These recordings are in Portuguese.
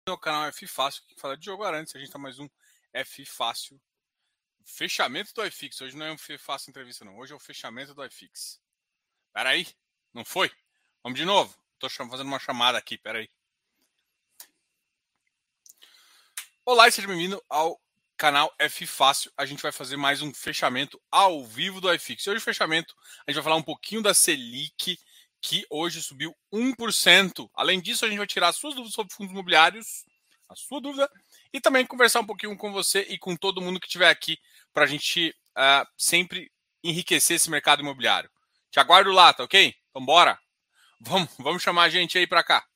No canal F Fácil, que fala de jogo arantes, a gente tá mais um F Fácil. Fechamento do iFix. Hoje não é um F Fácil entrevista, não. Hoje é o fechamento do iFix. Peraí, não foi? Vamos de novo. Tô fazendo uma chamada aqui, peraí. Olá e seja bem-vindo ao canal F Fácil. A gente vai fazer mais um fechamento ao vivo do iFix. Hoje o fechamento, a gente vai falar um pouquinho da Selic, que hoje subiu 1%. Além disso, a gente vai tirar as suas dúvidas sobre fundos imobiliários, a sua dúvida, e também conversar um pouquinho com você e com todo mundo que estiver aqui para a gente sempre enriquecer esse mercado imobiliário. Te aguardo lá, tá ok? Então bora! Vamos chamar a gente aí para cá.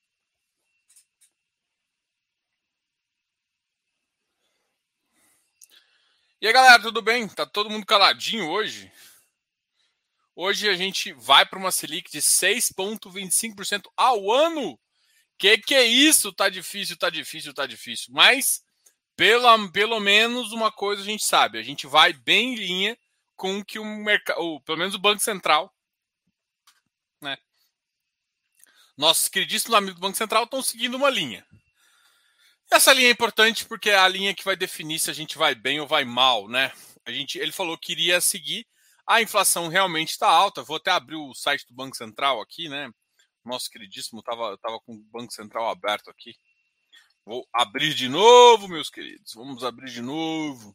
E aí, galera, tudo bem? Tá todo mundo caladinho hoje? Hoje a gente vai para uma Selic de 6,25% ao ano. Que é isso? Tá difícil. Mas, pelo menos uma coisa a gente sabe. A gente vai bem em linha com que o mercado, ou pelo menos o Banco Central, né? Nossos queridíssimos amigos do Banco Central estão seguindo uma linha. Essa linha é importante porque é a linha que vai definir se a gente vai bem ou vai mal, né? Ele falou que iria seguir. A inflação realmente está alta. Vou até abrir o site do Banco Central aqui, né? Nosso queridíssimo estava com o Banco Central aberto aqui. Vou abrir de novo, meus queridos. Vamos abrir de novo.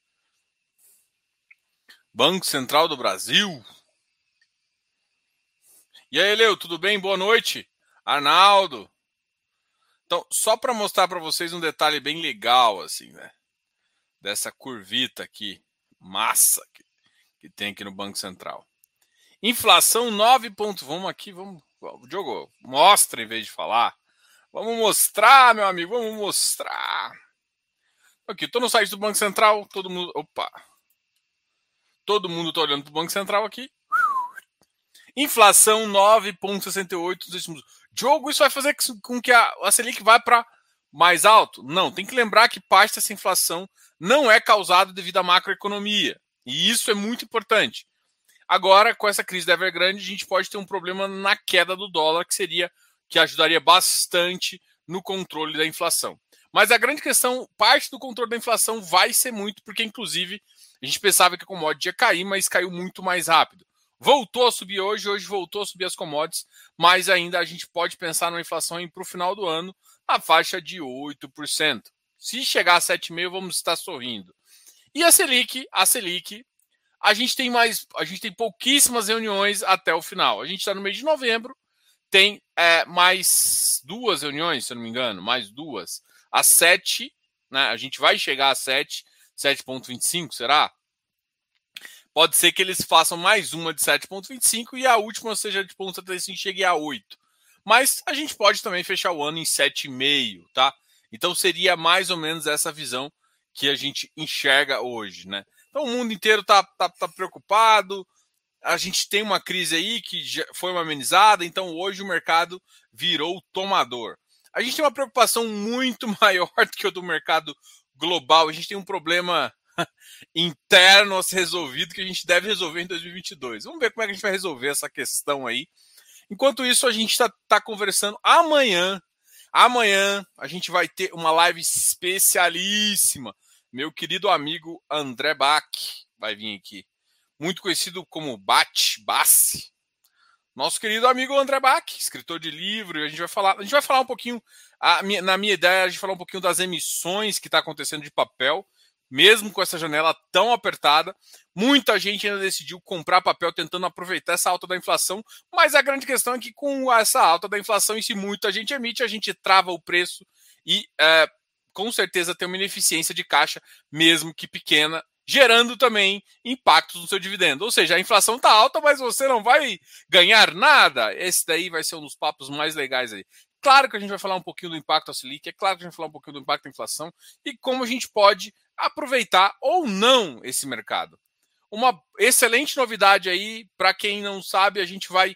Banco Central do Brasil. E aí, Leo, tudo bem? Boa noite. Arnaldo. Então, só para mostrar para vocês um detalhe bem legal, assim, né? Dessa curvita aqui, massa, que tem aqui no Banco Central. Inflação 9 pontos. Vamos, Diogo, mostra em vez de falar. Vamos mostrar, meu amigo, vamos mostrar. Aqui, estou no site do Banco Central, todo mundo está olhando para o Banco Central aqui. Inflação 9,68. Diogo, isso vai fazer com que a Selic vá para mais alto? Não, tem que lembrar que parte dessa inflação não é causada devido à macroeconomia. E isso é muito importante. Agora, com essa crise da Evergrande, a gente pode ter um problema na queda do dólar, que ajudaria bastante no controle da inflação. Mas a grande questão, parte do controle da inflação vai ser muito, porque inclusive a gente pensava que a commodity ia cair, mas caiu muito mais rápido. Voltou a subir hoje voltou a subir as commodities, mas ainda a gente pode pensar numa inflação para o final do ano na faixa de 8%. Se chegar a 7,5%, vamos estar sorrindo. E a Selic, a gente tem pouquíssimas reuniões até o final. A gente está no mês de novembro, tem mais duas reuniões, se eu não me engano, mais duas. Às 7, né? A gente vai chegar a 7,25, será? Pode ser que eles façam mais uma de 7,25 e a última seja de 0,75 e chegue a 8. Mas a gente pode também fechar o ano em 7,5, tá? Então seria mais ou menos essa visão que a gente enxerga hoje, né? Então o mundo inteiro tá preocupado. A gente tem uma crise aí que já foi uma amenizada, então hoje o mercado virou tomador. A gente tem uma preocupação muito maior do que o do mercado global. A gente tem um problema interno a ser resolvido que a gente deve resolver em 2022. Vamos ver como é que a gente vai resolver essa questão aí. Enquanto isso, a gente está conversando amanhã. Amanhã a gente vai ter uma live especialíssima. Meu querido amigo André Bach vai vir aqui. Muito conhecido como Bassi. Nosso querido amigo André Bach, escritor de livro. A gente vai falar um pouquinho, na minha ideia, a gente vai falar um pouquinho das emissões que está acontecendo de papel, mesmo com essa janela tão apertada. Muita gente ainda decidiu comprar papel tentando aproveitar essa alta da inflação, mas a grande questão é que com essa alta da inflação, e se muita gente emite, a gente trava o preço e com certeza tem uma ineficiência de caixa, mesmo que pequena, gerando também impactos no seu dividendo. Ou seja, a inflação está alta, mas você não vai ganhar nada. Esse daí vai ser um dos papos mais legais aí. Claro que a gente vai falar um pouquinho do impacto da Selic, é claro que a gente vai falar um pouquinho do impacto da inflação e como a gente pode aproveitar ou não esse mercado. Uma excelente novidade aí, para quem não sabe, a gente vai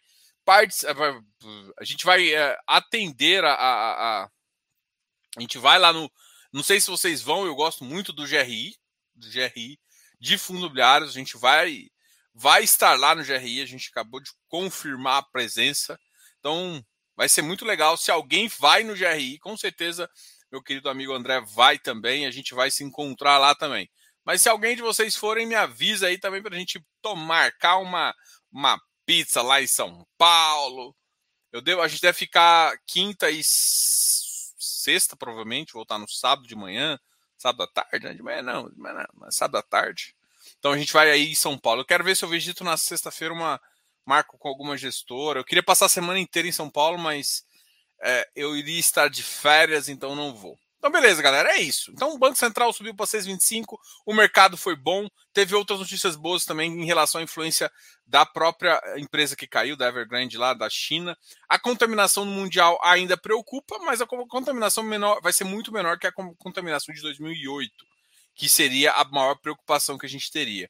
atender a gente vai lá no... Não sei se vocês vão, eu gosto muito do GRI de fundos imobiliários. A gente vai estar lá no GRI, a gente acabou de confirmar a presença. Então, Vai ser muito legal. Se alguém vai no GRI, com certeza meu querido amigo André vai também. A gente vai se encontrar lá também. Mas se alguém de vocês forem, me avisa aí também para a gente marcar uma pizza lá em São Paulo. A gente deve ficar quinta e sexta, provavelmente. Voltar no sábado de manhã. Sábado à tarde, né? De manhã não, mas sábado à tarde. Então a gente vai aí em São Paulo. Eu quero ver se eu visito na sexta-feira marco com alguma gestora. Eu queria passar a semana inteira em São Paulo, mas eu iria estar de férias, então não vou. Então, beleza, galera, é isso. Então, o Banco Central subiu para 6,25, o mercado foi bom, teve outras notícias boas também em relação à influência da própria empresa que caiu, da Evergrande lá, da China. A contaminação no mundial ainda preocupa, mas a contaminação menor vai ser muito menor que a contaminação de 2008, que seria a maior preocupação que a gente teria.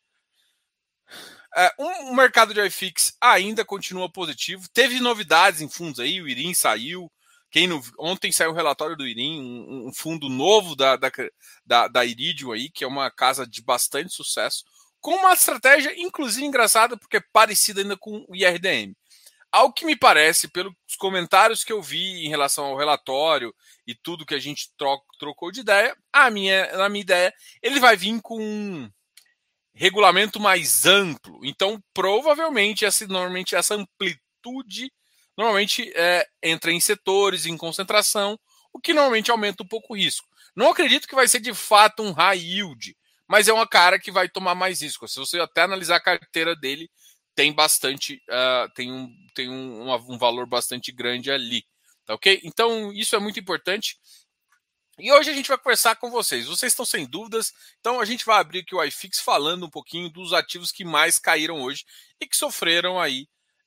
O mercado de iFix ainda continua positivo. Teve novidades em fundos aí, o IRIM saiu. Ontem saiu o relatório do IRIM, um fundo novo da Iridium aí, que é uma casa de bastante sucesso, com uma estratégia, inclusive, engraçada, porque é parecida ainda com o IRDM. Ao que me parece, pelos comentários que eu vi em relação ao relatório e tudo que a gente trocou de ideia, na minha ideia, ele vai vir com regulamento mais amplo. Então, provavelmente, normalmente essa amplitude entra em setores, em concentração, o que normalmente aumenta um pouco o risco. Não acredito que vai ser de fato um high yield, mas é uma cara que vai tomar mais risco. Se você até analisar a carteira dele, tem bastante, tem um valor bastante grande ali. Tá ok? Então, isso é muito importante. E hoje a gente vai conversar com vocês. Vocês estão sem dúvidas, então a gente vai abrir aqui o iFix falando um pouquinho dos ativos que mais caíram hoje e que sofreram aí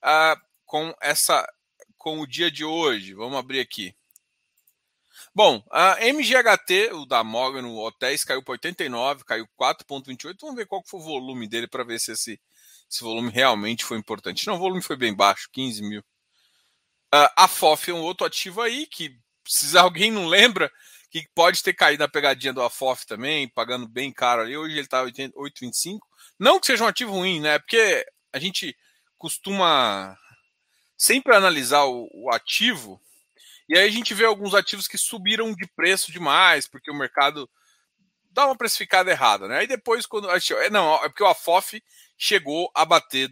com o dia de hoje. Vamos abrir aqui. Bom, a MGHT, o da Morgan Hotéis, caiu para 89, caiu 4,28. Vamos ver qual foi o volume dele para ver se esse volume realmente foi importante. Não, o volume foi bem baixo, 15 mil. A FOF é um outro ativo aí que, se alguém não lembra, que pode ter caído na pegadinha do AFOF também, pagando bem caro ali. Hoje ele está 8,25. Não que seja um ativo ruim, né? Porque a gente costuma sempre analisar o ativo e aí a gente vê alguns ativos que subiram de preço demais, porque o mercado dá uma precificada errada, né? Aí depois, quando. Não, é porque o AFOF chegou a bater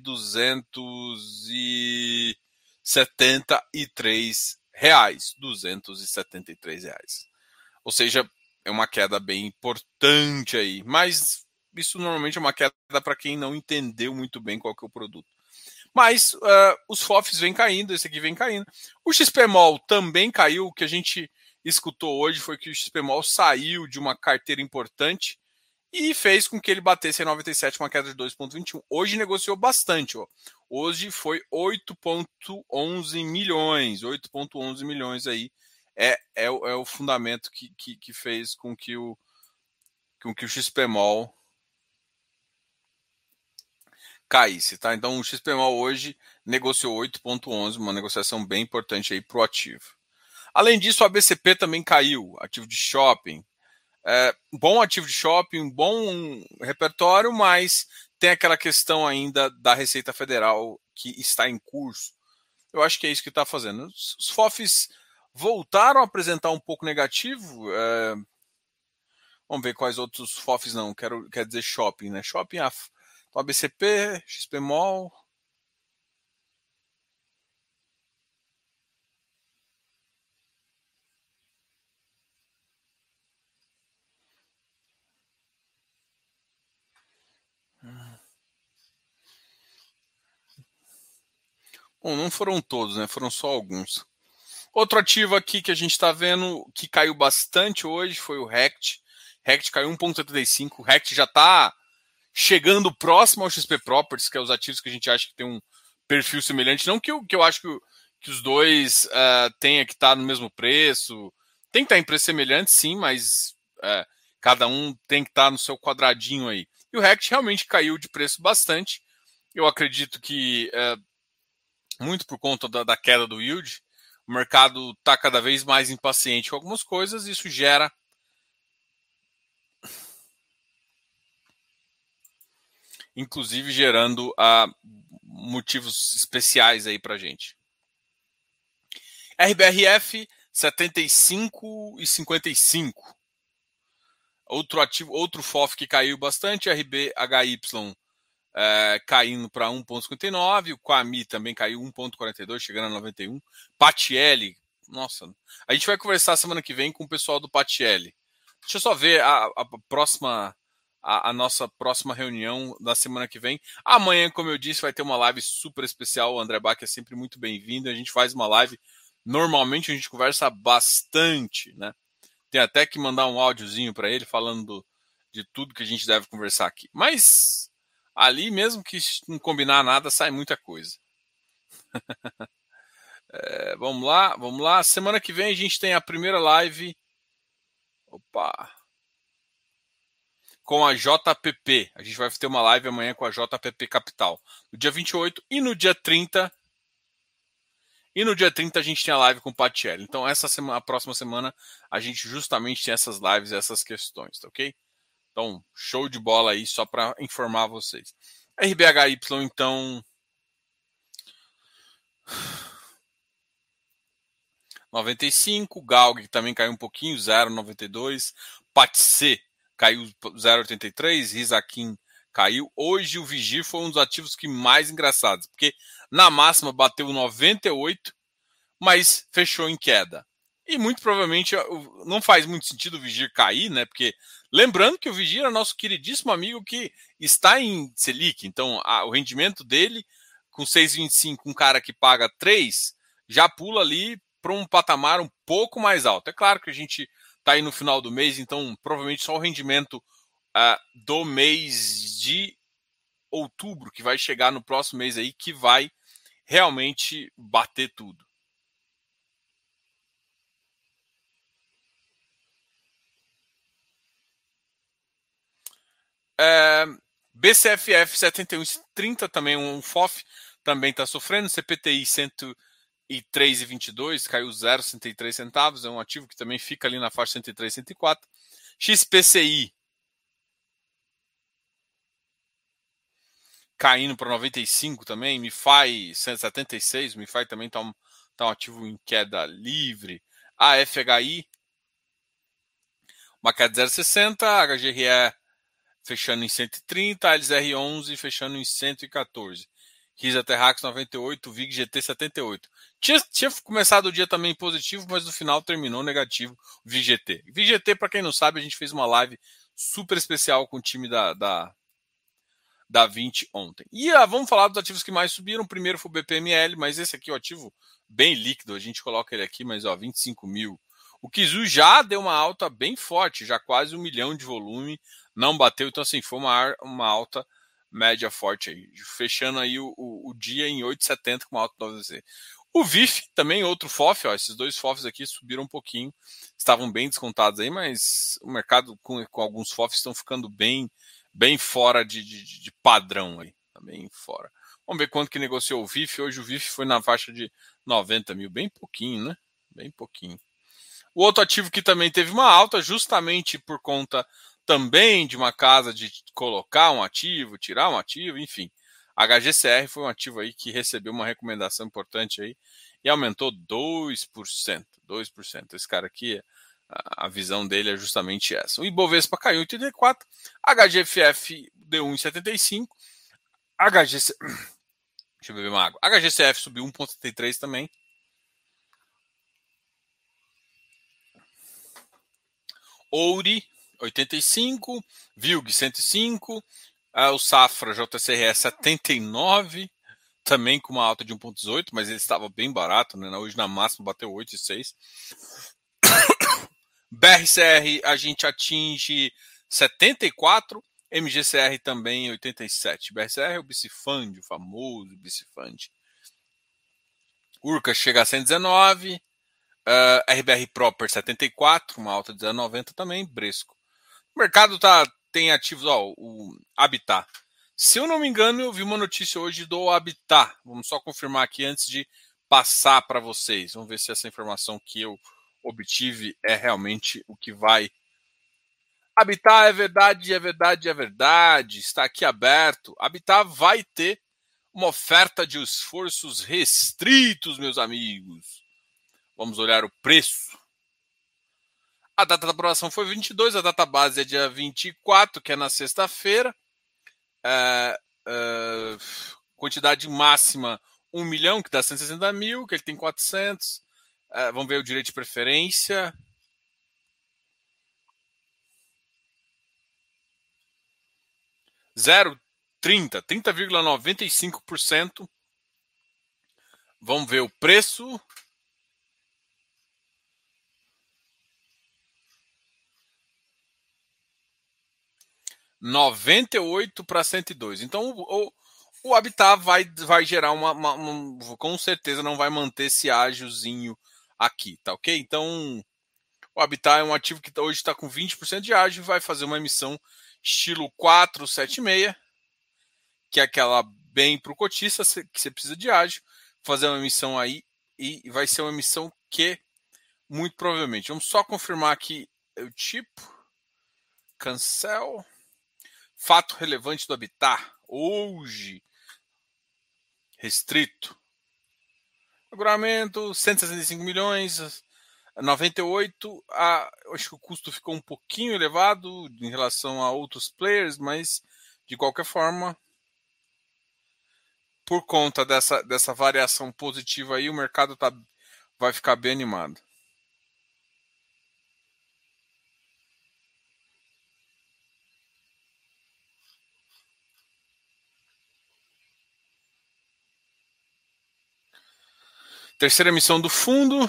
R$ 273 reais. Ou seja, é uma queda bem importante aí. Mas isso normalmente é uma queda para quem não entendeu muito bem qual que é o produto. Mas os FOFs vêm caindo, esse aqui vem caindo. O XPMOL também caiu. O que a gente escutou hoje foi que o XPMOL saiu de uma carteira importante e fez com que ele batesse em 97, uma queda de 2,21. Hoje negociou bastante. Ó. Hoje foi 8,11 milhões. 8,11 milhões aí é o fundamento que fez com que o XPMOL caísse, tá? Então o XPMOL hoje negociou 8,11, uma negociação bem importante aí para o ativo. Além disso, a BCP também caiu, ativo de shopping. Bom ativo de shopping, bom repertório, mas tem aquela questão ainda da Receita Federal que está em curso. Eu acho que é isso que está fazendo. Os FOFs voltaram a apresentar um pouco negativo. Vamos ver quais outros FOFs não. Quer dizer shopping, né? Shopping, então a BCP, XPMOL. Bom, não foram todos, né? Foram só alguns. Outro ativo aqui que a gente está vendo que caiu bastante hoje foi o RECT. RECT caiu 1,75. O RECT já está chegando próximo ao XP Properties, que é os ativos que a gente acha que tem um perfil semelhante. Não que eu acho que os dois tenha que estar no mesmo preço. Tem que estar em preço semelhante, sim, mas cada um tem que estar no seu quadradinho aí. E o RECT realmente caiu de preço bastante. Eu acredito que muito por conta da queda do yield, o mercado está cada vez mais impaciente com algumas coisas, e isso gera inclusive gerando motivos especiais aí para a gente. RBRF 75,55. Outro ativo, outro FOF que caiu bastante, RBHY caindo para 1,59. O Quami também caiu 1,42, chegando a 91. Patielli, nossa, a gente vai conversar semana que vem com o pessoal do Patielli. Deixa eu só ver a nossa próxima reunião da semana que vem. Amanhã, como eu disse, vai ter uma live super especial. O André Bach é sempre muito bem-vindo. A gente faz uma live. Normalmente a gente conversa bastante, né? Tem até que mandar um áudiozinho para ele falando de tudo que a gente deve conversar aqui. Mas ali, mesmo que não combinar nada, sai muita coisa. Vamos lá, vamos lá. Semana que vem a gente tem a primeira live. Opa! Com a JPP. A gente vai ter uma live amanhã com a JPP Capital. No dia 28 e no dia 30. E no dia 30 a gente tem a live com o Patielli. Então, essa semana, a próxima semana, a gente justamente tem essas lives e essas questões, tá ok? Então, show de bola aí, só para informar vocês. RBHY, então. 95. Galg também caiu um pouquinho, 0,92. Patc caiu 0,83. Risakin caiu. Hoje o Vigir foi um dos ativos que mais engraçados, porque na máxima bateu 98, mas fechou em queda. E muito provavelmente não faz muito sentido o Vigir cair, né? Porque lembrando que o Vigir é nosso queridíssimo amigo que está em Selic. Então, o rendimento dele, com 6,25, um cara que paga 3, já pula ali para um patamar um pouco mais alto. É claro que a gente está aí no final do mês, então provavelmente só o rendimento do mês de outubro, que vai chegar no próximo mês aí, que vai realmente bater tudo. BCFF 71,30 também um FOF, também está sofrendo. CPTI 103,22, caiu 0,63 centavos, é um ativo que também fica ali na faixa 103, 104. XPCI caindo para 95 também, MiFi 176, MiFi também está um ativo em queda livre. AFHI, uma queda de 0,60, HGRE fechando em 130, ALSR11 fechando em 114. Risa Terrax 98, VIG GT 78. Tinha começado o dia também positivo, mas no final terminou negativo o VIG GT. VIG GT, para quem não sabe, a gente fez uma live super especial com o time da 20 ontem. E vamos falar dos ativos que mais subiram. O primeiro foi o BPML, mas esse aqui é o ativo bem líquido. A gente coloca ele aqui, mas 25 mil. O Kizu já deu uma alta bem forte, já quase 1 milhão de volume. Não bateu, então assim, foi uma alta média forte aí. Fechando aí o dia em 8,70 com uma alta 9. O VIF, também outro FOF, esses dois FOFs aqui subiram um pouquinho. Estavam bem descontados aí, mas o mercado com alguns FOFs estão ficando bem fora de padrão aí. Tá bem fora. Vamos ver quanto que negociou o VIF. Hoje o VIF foi na faixa de 90 mil. Bem pouquinho, né? Bem pouquinho. O outro ativo que também teve uma alta, justamente por conta também de uma casa de colocar um ativo, tirar um ativo, enfim. HGCR foi um ativo aí que recebeu uma recomendação importante aí e aumentou 2%. 2%. Esse cara aqui, a visão dele é justamente essa. O Ibovespa caiu 84, HGFF deu 1,75, Deixa eu beber uma água. HGCF subiu 1,73 também. Ouri 85, Vilg 105, o Safra JCRE 79, também com uma alta de 1,18, mas ele estava bem barato, né? Hoje na máxima bateu 8,6. BRCR a gente atinge 74, MGCR também 87. BRCR é o Bicifund, o famoso Bicifund. Urca chega a 119, RBR Proper 74, uma alta de 0,90 também, Bresco. O mercado tem ativos, o Habitat. Se eu não me engano, eu vi uma notícia hoje do Habitat. Vamos só confirmar aqui antes de passar para vocês. Vamos ver se essa informação que eu obtive é realmente o que vai. Habitat é verdade, é verdade, é verdade. Está aqui aberto. Habitat vai ter uma oferta de esforços restritos, meus amigos. Vamos olhar o preço. A data da aprovação foi 22, a data base é dia 24, que é na sexta-feira. Quantidade máxima 1 milhão, que dá 160 mil, que ele tem 400. Vamos ver o direito de preferência. Zero 30,95%. Vamos ver o preço. 98 para 102. Então o Habitat vai gerar com certeza não vai manter esse ágiozinho aqui, tá ok? Então o Habitat é um ativo que hoje está com 20% de ágio, vai fazer uma emissão estilo 476, que é aquela bem para o cotista que você precisa de ágio, fazer uma emissão aí e vai ser uma emissão que muito provavelmente. Vamos só confirmar aqui o tipo. Cancel. Fato relevante do Habitat. Hoje. Restrito. Regulamento, 165 milhões. 98. Acho que o custo ficou um pouquinho elevado em relação a outros players, mas de qualquer forma, por conta dessa variação positiva aí, o mercado vai ficar bem animado. Terceira emissão do fundo.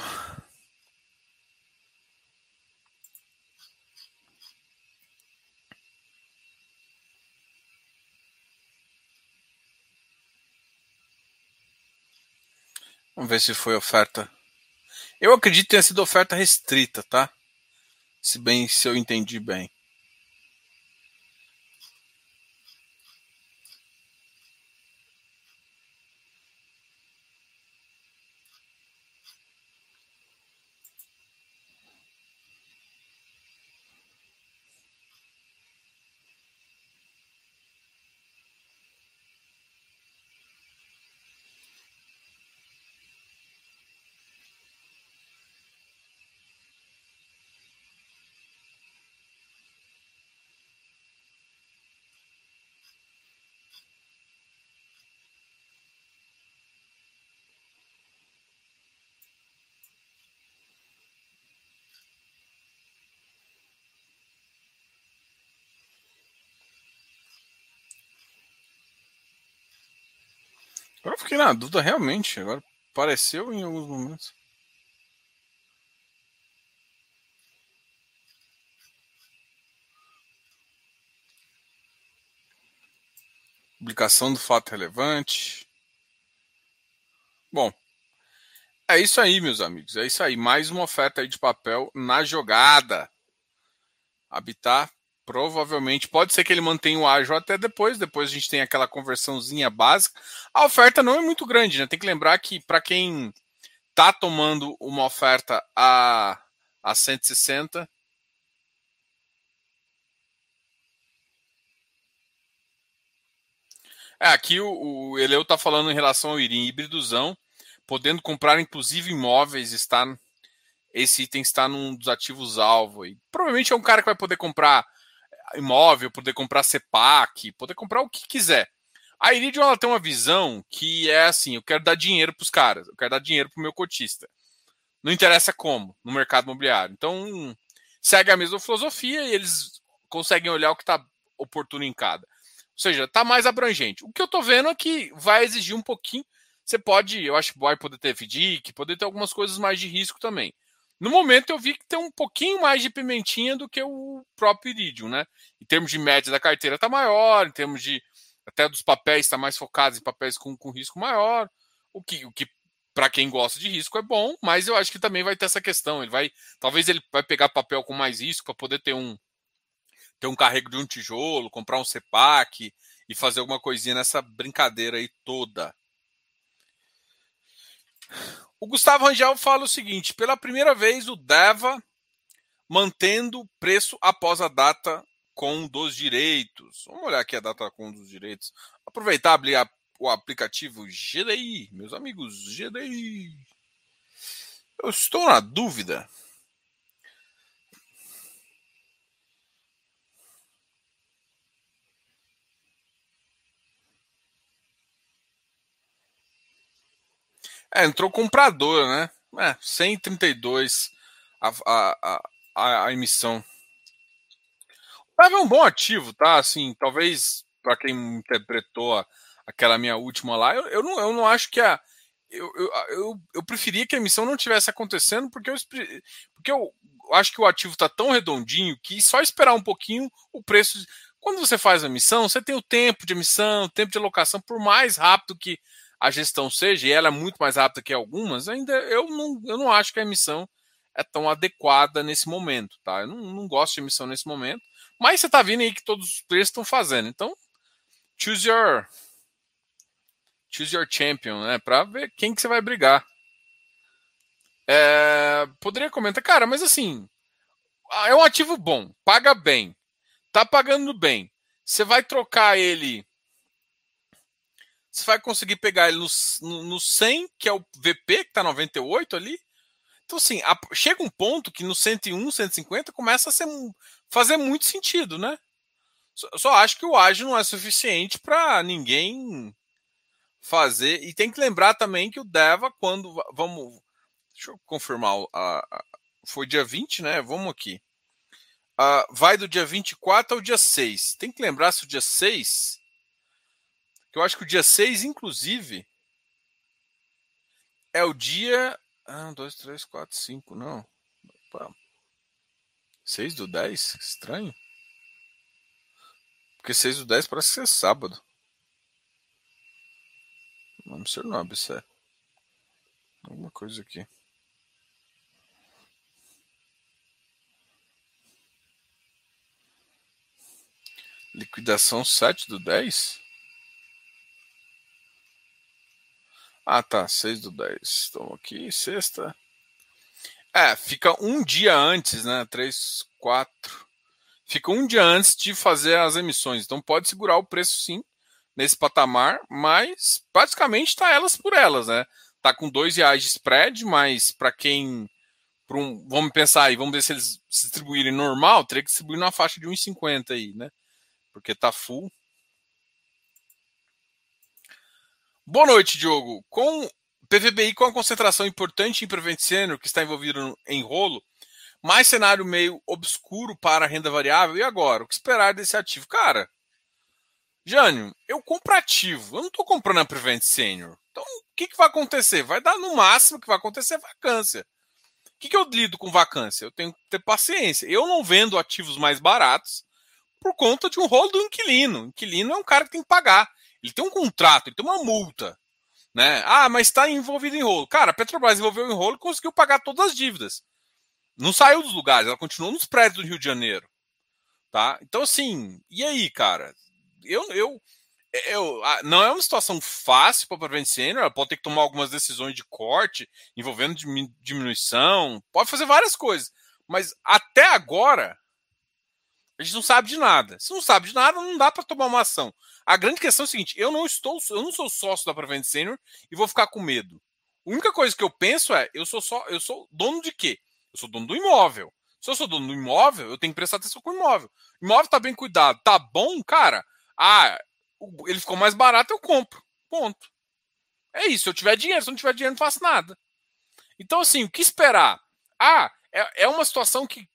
Vamos ver se foi oferta. Eu acredito que tenha sido oferta restrita, tá? Se eu entendi bem. Agora eu fiquei na dúvida realmente. Agora apareceu em alguns momentos. Publicação do fato relevante. Bom, é isso aí, meus amigos. É isso aí. Mais uma oferta aí de papel na jogada. Habitat, provavelmente. Pode ser que ele mantenha o ágio até depois. Depois a gente tem aquela conversãozinha básica. A oferta não é muito grande, né? Tem que lembrar que para quem tá tomando uma oferta a 160. Aqui o Eleu está falando em relação ao híbridozão, podendo comprar inclusive imóveis, esse item está num dos ativos alvo. Provavelmente é um cara que vai poder comprar imóvel, poder comprar CEPAC, poder comprar o que quiser. A Iridium ela tem uma visão que é assim, eu quero dar dinheiro para os caras, eu quero dar dinheiro para o meu cotista. Não interessa como, no mercado imobiliário. Então, segue a mesma filosofia e eles conseguem olhar o que está oportuno em cada. Ou seja, está mais abrangente. O que eu estou vendo é que vai exigir um pouquinho. Você pode, eu acho que vai poder ter FDIC, poder ter algumas coisas mais de risco também. No momento eu vi que tem um pouquinho mais de pimentinha do que o próprio Iridium, né? Em termos de média da carteira está maior, em termos de até dos papéis está mais focado em papéis com risco maior, o que para quem gosta de risco é bom, mas eu acho que também vai ter essa questão. Talvez ele vai pegar papel com mais risco para poder ter um carrego de um tijolo, comprar um CEPAC e fazer alguma coisinha nessa brincadeira aí toda. O Gustavo Rangel fala o seguinte: pela primeira vez o DEVA mantendo preço após a data com dos direitos. Vamos olhar aqui a data com dos direitos. Aproveitar o aplicativo GDI, meus amigos, GDI. Eu estou na dúvida. Entrou comprador, né? 132 a emissão. É um bom ativo, tá? Assim, talvez para quem interpretou aquela minha última lá, eu não acho que a. Eu preferia que a emissão não tivesse acontecendo, porque eu acho que o ativo está tão redondinho que só esperar um pouquinho o preço. Quando você faz a emissão, você tem o tempo de emissão, o tempo de alocação, por mais rápido que a gestão seja, e ela é muito mais rápida que algumas, ainda eu não acho que a emissão é tão adequada nesse momento, tá? Eu não gosto de emissão nesse momento. Mas você tá vendo aí que todos os players estão fazendo. Então, choose your champion, né? Pra ver quem que você vai brigar. Poderia comentar, cara, mas assim, é um ativo bom, paga bem, tá pagando bem. Você vai trocar ele. Você vai conseguir pegar ele no 100, que é o VP, que tá 98 ali. Então, assim, chega um ponto que no 101, 150 começa a fazer muito sentido, né? Só acho que o ágio não é suficiente para ninguém fazer. E tem que lembrar também que o Deva, quando. Vamos. Deixa eu confirmar. Foi dia 20, né? Vamos aqui. Vai do dia 24 ao dia 6. Tem que lembrar se o dia 6. Que eu acho que o dia 6, inclusive, é o dia. 1, 2, 3, 4, 5. Não. Opa. 6 do 10? Estranho. Porque 6 do 10 parece ser sábado. Não sei o nome, isso é. Alguma coisa aqui. Liquidação 7 do 10? Tá. 6 do 10. Estamos aqui, sexta. Fica um dia antes, né? 3, 4. Fica um dia antes de fazer as emissões. Então pode segurar o preço sim, nesse patamar, mas praticamente está elas por elas, né? Tá com R$2 de spread, mas para quem. Vamos pensar aí, vamos ver se eles se distribuírem normal, teria que distribuir na faixa de 1,50 aí, né? Porque tá full. Boa noite, Diogo. Com PVBI com a concentração importante em Prevent Senior, que está envolvido em rolo, mais cenário meio obscuro para a renda variável, e agora? O que esperar desse ativo? Cara, Jânio, eu compro ativo, eu não estou comprando a Prevent Senior. Então, o que vai acontecer? Vai dar no máximo que vai acontecer vacância. O que eu lido com vacância? Eu tenho que ter paciência. Eu não vendo ativos mais baratos por conta de um rolo do inquilino. O inquilino é um cara que tem que pagar. Ele tem um contrato, ele tem uma multa. Né? Mas está envolvido em rolo. Cara, a Petrobras envolveu em rolo e conseguiu pagar todas as dívidas. Não saiu dos lugares, ela continuou nos prédios do Rio de Janeiro. Tá? Então, assim, e aí, cara? Não é uma situação fácil para a Prevent Senior, ela pode ter que tomar algumas decisões de corte, envolvendo diminuição, pode fazer várias coisas. Mas até agora, a gente não sabe de nada. Se não sabe de nada, não dá para tomar uma ação. A grande questão é o seguinte: eu não sou sócio da Prevent Senior e vou ficar com medo. A única coisa que eu penso é, eu sou dono de quê? Eu sou dono do imóvel. Se eu sou dono do imóvel, eu tenho que prestar atenção com o imóvel. O imóvel tá bem cuidado, tá bom, cara? Ele ficou mais barato, eu compro. Ponto. É isso. Se eu tiver dinheiro, se eu não tiver dinheiro, não faço nada. Então, assim, o que esperar? É uma situação que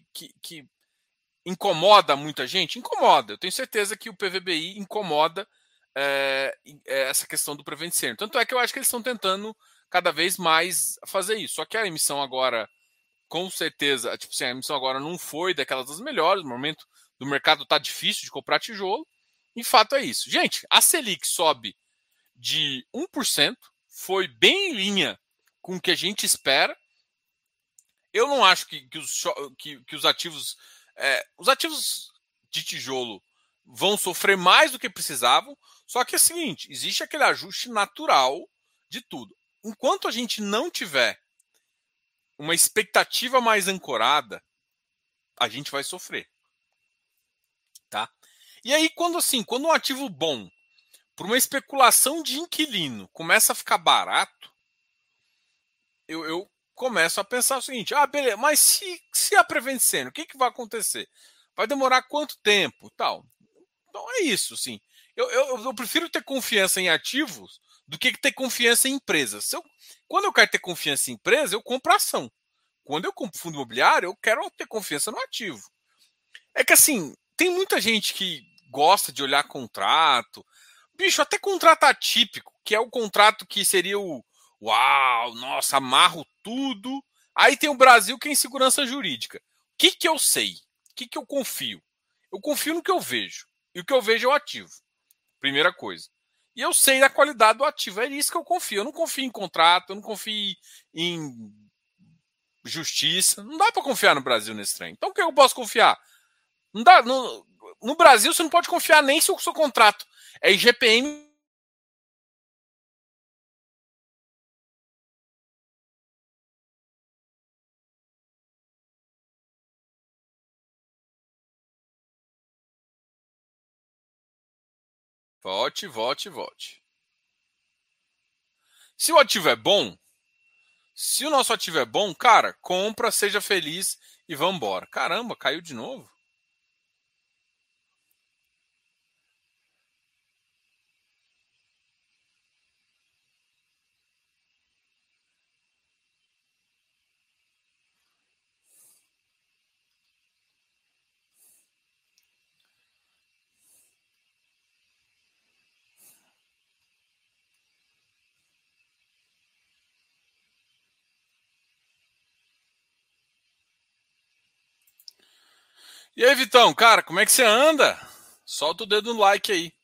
incomoda muita gente? Incomoda. Eu tenho certeza que o PVBI incomoda essa questão do Prevent Senior. Tanto é que eu acho que eles estão tentando cada vez mais fazer isso. Só que a emissão agora, com certeza, tipo assim, a emissão agora não foi daquelas das melhores. No momento do mercado tá difícil de comprar tijolo. E fato é isso. Gente, a Selic sobe de 1%, foi bem em linha com o que a gente espera. Eu não acho que os ativos os ativos de tijolo vão sofrer mais do que precisavam, só que é o seguinte, existe aquele ajuste natural de tudo. Enquanto a gente não tiver uma expectativa mais ancorada, a gente vai sofrer. Tá? E aí, quando um ativo bom, por uma especulação de inquilino, começa a ficar barato, eu começam a pensar o seguinte: beleza, mas se a Prevent Senior, o que vai acontecer? Vai demorar quanto tempo? Tal. Então é isso, sim. Eu prefiro ter confiança em ativos do que ter confiança em empresas. Quando eu quero ter confiança em empresa, eu compro ação. Quando eu compro fundo imobiliário, eu quero ter confiança no ativo. É que assim, tem muita gente que gosta de olhar contrato. Bicho, até contrato atípico, que é o contrato que seria o uau, nossa, amarro tudo. Aí tem o Brasil que é insegurança jurídica. O que eu sei? O que eu confio? Eu confio no que eu vejo. E o que eu vejo é o ativo. Primeira coisa. E eu sei da qualidade do ativo. É isso que eu confio. Eu não confio em contrato, eu não confio em justiça. Não dá para confiar no Brasil nesse trem. Então o que eu posso confiar? Não dá, no Brasil você não pode confiar nem se o seu contrato é IGPM. Vote, vote, vote. Se o ativo é bom, se o nosso ativo é bom, cara, compra, seja feliz e vamos embora. Caramba, caiu de novo. E aí, Vitão, cara, como é que você anda? Solta o dedo no like aí.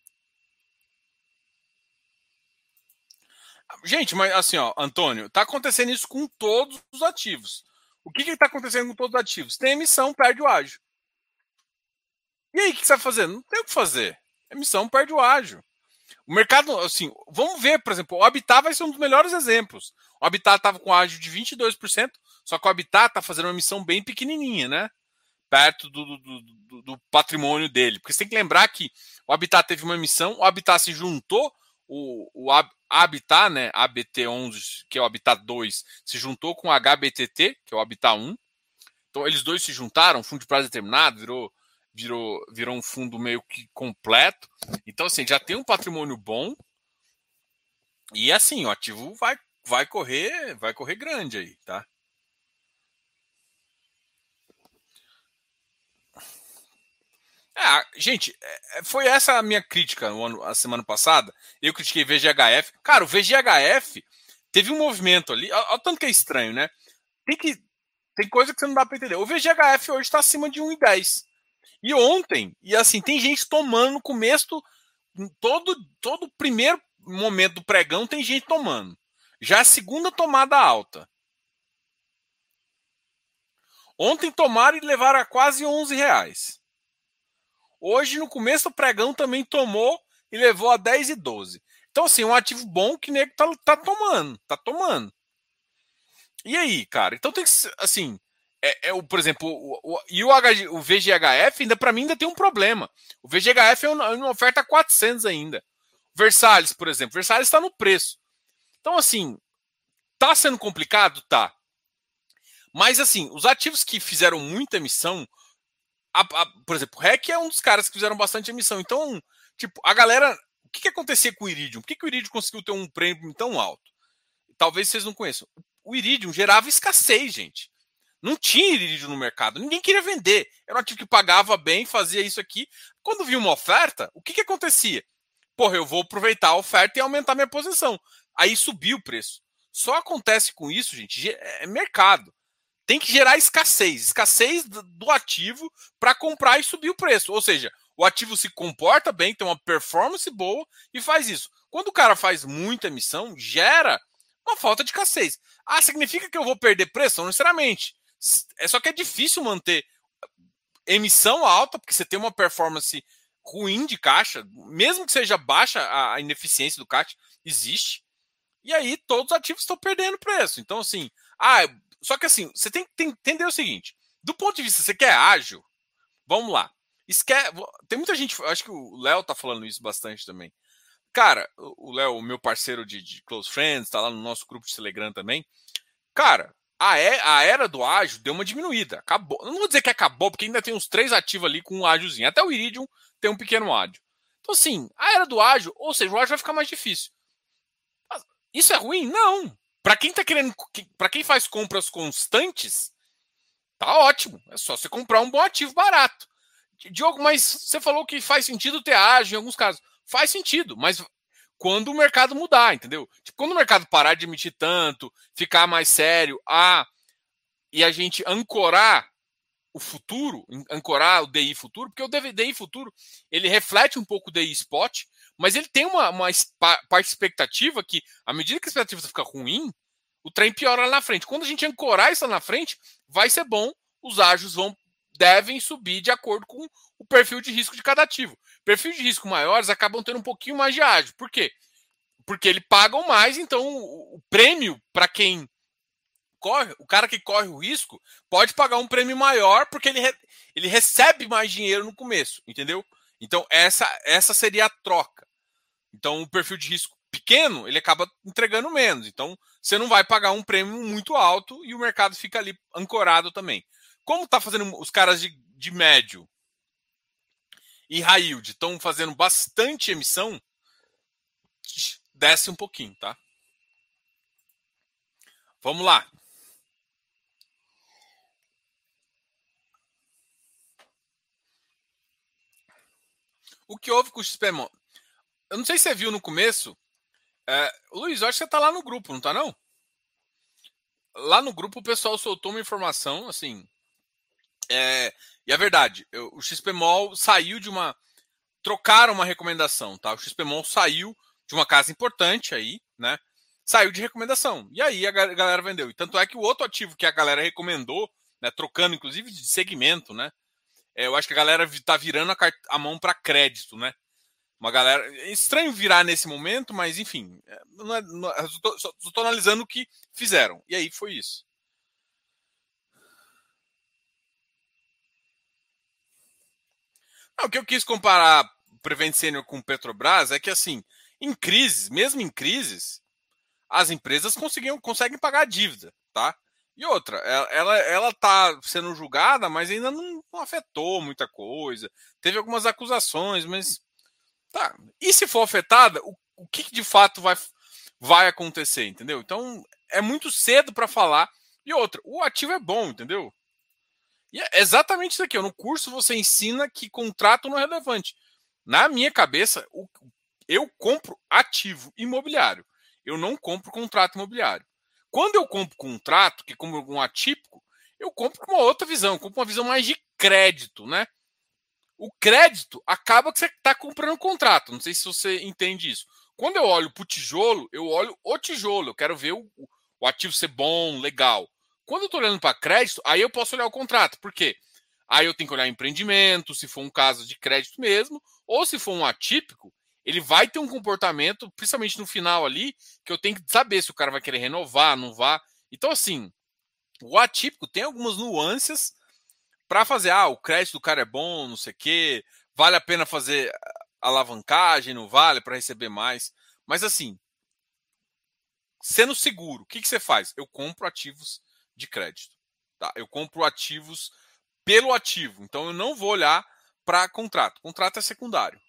Gente, mas assim, ó, Antônio, tá acontecendo isso com todos os ativos. O que tá acontecendo com todos os ativos? Tem emissão, perde o ágio. E aí, o que você vai fazer? Não tem o que fazer. Emissão, perde o ágio. O mercado, assim, vamos ver, por exemplo, o Habitat vai ser um dos melhores exemplos. O Habitat estava com ágio de 22%, só que o Habitat está fazendo uma emissão bem pequenininha, né? Perto do patrimônio dele. Porque você tem que lembrar que o Habitat teve uma emissão, o Habitat se juntou, o Habitat, né, ABT11, que é o Habitat 2, se juntou com o HBTT, que é o Habitat 1. Então eles dois se juntaram, fundo de prazo determinado, virou um fundo meio que completo. Então, assim, já tem um patrimônio bom. E assim, o ativo vai correr grande aí, tá? Gente, foi essa a minha crítica a semana passada. Eu critiquei VGHF. Cara, o VGHF teve um movimento ali. Olha o tanto que é estranho, né? Tem coisa que você não dá para entender. O VGHF hoje está acima de 1,10. E ontem, e assim, tem gente tomando no começo, todo primeiro momento do pregão tem gente tomando. Já a segunda tomada alta. Ontem tomaram e levaram a quase R$ 11. Hoje, no começo do pregão, também tomou e levou a 10 e 12. Então, assim, um ativo bom que nego tá tomando. Tá tomando. E aí, cara? Então tem que, assim, por exemplo, o VGHF ainda para mim ainda tem um problema. O VGHF é uma oferta 400 ainda. Versalhes, por exemplo, Versalhes está no preço. Então, assim, tá sendo complicado, tá? Mas assim, os ativos que fizeram muita emissão, por exemplo, o REC é um dos caras que fizeram bastante emissão. Então, tipo, a galera, o que acontecia com o Iridium? Por que o Iridium conseguiu ter um prêmio tão alto? Talvez vocês não conheçam. O Iridium gerava escassez, gente. Não tinha Iridium no mercado. Ninguém queria vender. Era um ativo que pagava bem, fazia isso aqui. Quando vinha uma oferta, o que acontecia? Porra, eu vou aproveitar a oferta e aumentar minha posição. Aí subiu o preço. Só acontece com isso, gente, é mercado. Tem que gerar escassez do ativo para comprar e subir o preço. Ou seja, o ativo se comporta bem, tem uma performance boa e faz isso. Quando o cara faz muita emissão, gera uma falta de escassez. Significa que eu vou perder preço? Não necessariamente. É só que é difícil manter emissão alta, porque você tem uma performance ruim de caixa, mesmo que seja baixa a ineficiência do caixa, existe. E aí todos os ativos estão perdendo preço. Então, assim, só que assim, você tem que entender o seguinte: do ponto de vista, você quer ágil, vamos lá. Tem muita gente, acho que o Léo tá falando isso bastante também. Cara, o Léo, meu parceiro de Close Friends, tá lá no nosso grupo de Telegram também. Cara, a era do ágio deu uma diminuída. Acabou. Não vou dizer que acabou, porque ainda tem uns 3 ativos ali com um ágiozinho. Até o Iridium tem um pequeno ágio. Então, assim, a era do ágio, ou seja, o ágio vai ficar mais difícil. Isso é ruim? Não. Para quem tá querendo. Para quem faz compras constantes, tá ótimo. É só você comprar um bom ativo barato. Diogo, mas você falou que faz sentido ter ágio em alguns casos. Faz sentido, mas quando o mercado mudar, entendeu? Tipo, quando o mercado parar de emitir tanto, ficar mais sério, e a gente ancorar o futuro, ancorar o DI futuro, porque o DI futuro ele reflete um pouco o DI spot, mas ele tem uma parte expectativa que, à medida que a expectativa fica ruim, o trem piora lá na frente. Quando a gente ancorar isso lá na frente, vai ser bom, os ágios devem subir de acordo com o perfil de risco de cada ativo. Perfil de risco maiores acabam tendo um pouquinho mais de ágio. Por quê? Porque eles pagam mais, então o prêmio para quem corre, o cara que corre o risco pode pagar um prêmio maior porque ele recebe mais dinheiro no começo, entendeu? Então essa seria a troca. Então o perfil de risco pequeno, ele acaba entregando menos. Então você não vai pagar um prêmio muito alto e o mercado fica ali ancorado também. Como tá fazendo os caras de médio e high yield estão fazendo bastante emissão, desce um pouquinho, tá? Vamos lá. O que houve com o XPMO? Eu não sei se você viu no começo. Luiz, eu acho que você tá lá no grupo, não tá não? Lá no grupo o pessoal soltou uma informação, assim. E a verdade, o XPMOL saiu de uma. Trocaram uma recomendação, tá? O XPMOL saiu de uma casa importante aí, né? Saiu de recomendação. E aí a galera vendeu. E tanto é que o outro ativo que a galera recomendou, né, trocando inclusive de segmento, né? Eu acho que a galera tá virando a mão para crédito, né? Uma galera. É estranho virar nesse momento, mas enfim. Só tô analisando o que fizeram. E aí foi isso. Não, o que eu quis comparar Prevent Senior com Petrobras é que, assim, em crises, mesmo em crises, as empresas conseguem pagar a dívida, tá? E outra, ela tá sendo julgada, mas ainda não afetou muita coisa. Teve algumas acusações, mas tá. E se for afetada, o que de fato vai acontecer, entendeu? Então é muito cedo para falar. E outra, o ativo é bom, entendeu? E é exatamente isso aqui. No curso você ensina que contrato não é relevante. Na minha cabeça, eu compro ativo imobiliário. Eu não compro contrato imobiliário. Quando eu compro contrato, que como um atípico, eu compro com uma outra visão. Eu compro uma visão mais de crédito, né? O crédito acaba que você está comprando um contrato. Não sei se você entende isso. Quando eu olho para o tijolo, eu olho o tijolo. Eu quero ver o ativo ser bom, legal. Quando eu estou olhando para crédito, aí eu posso olhar o contrato. Por quê? Aí eu tenho que olhar empreendimento, se for um caso de crédito mesmo, ou se for um atípico, ele vai ter um comportamento, principalmente no final ali, que eu tenho que saber se o cara vai querer renovar, não vai. Então, assim, o atípico tem algumas nuances para fazer, o crédito do cara é bom, não sei o quê, vale a pena fazer alavancagem, não vale para receber mais. Mas assim, sendo seguro, o que você faz? Eu compro ativos de crédito. Tá? Eu compro ativos pelo ativo. Então eu não vou olhar para contrato. Contrato é secundário.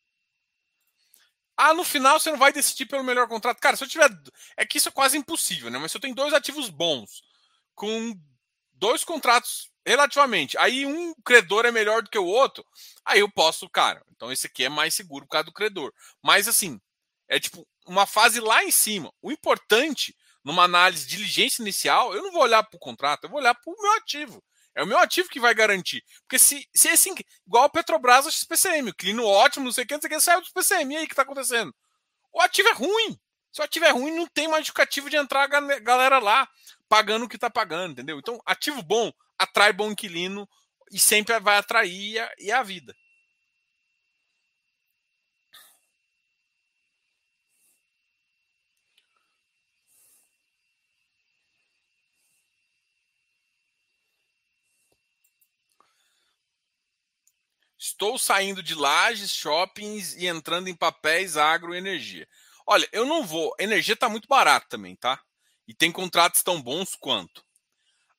No final você não vai decidir pelo melhor contrato. Cara, se eu tiver. É que isso é quase impossível, né? Mas se eu tenho 2 ativos bons, com 2 contratos relativamente, aí um credor é melhor do que o outro, aí eu posso, cara. Então esse aqui é mais seguro por causa do credor. Mas assim, é tipo uma fase lá em cima. O importante, numa análise de diligência inicial, eu não vou olhar para o contrato, eu vou olhar para o meu ativo. É o meu ativo que vai garantir. Porque se é assim, igual a Petrobras, a XPCM, o clino ótimo, não sei o que, saiu do XPCM. E aí, o que está acontecendo? O ativo é ruim. Se o ativo é ruim, não tem mais justificativo de entrar a galera lá pagando o que está pagando, entendeu? Então, ativo bom atrai bom inquilino e sempre vai atrair a vida. Estou saindo de lajes, shoppings e entrando em papéis, agro e energia. Olha, eu não vou. Energia está muito barato também, tá? E tem contratos tão bons quanto.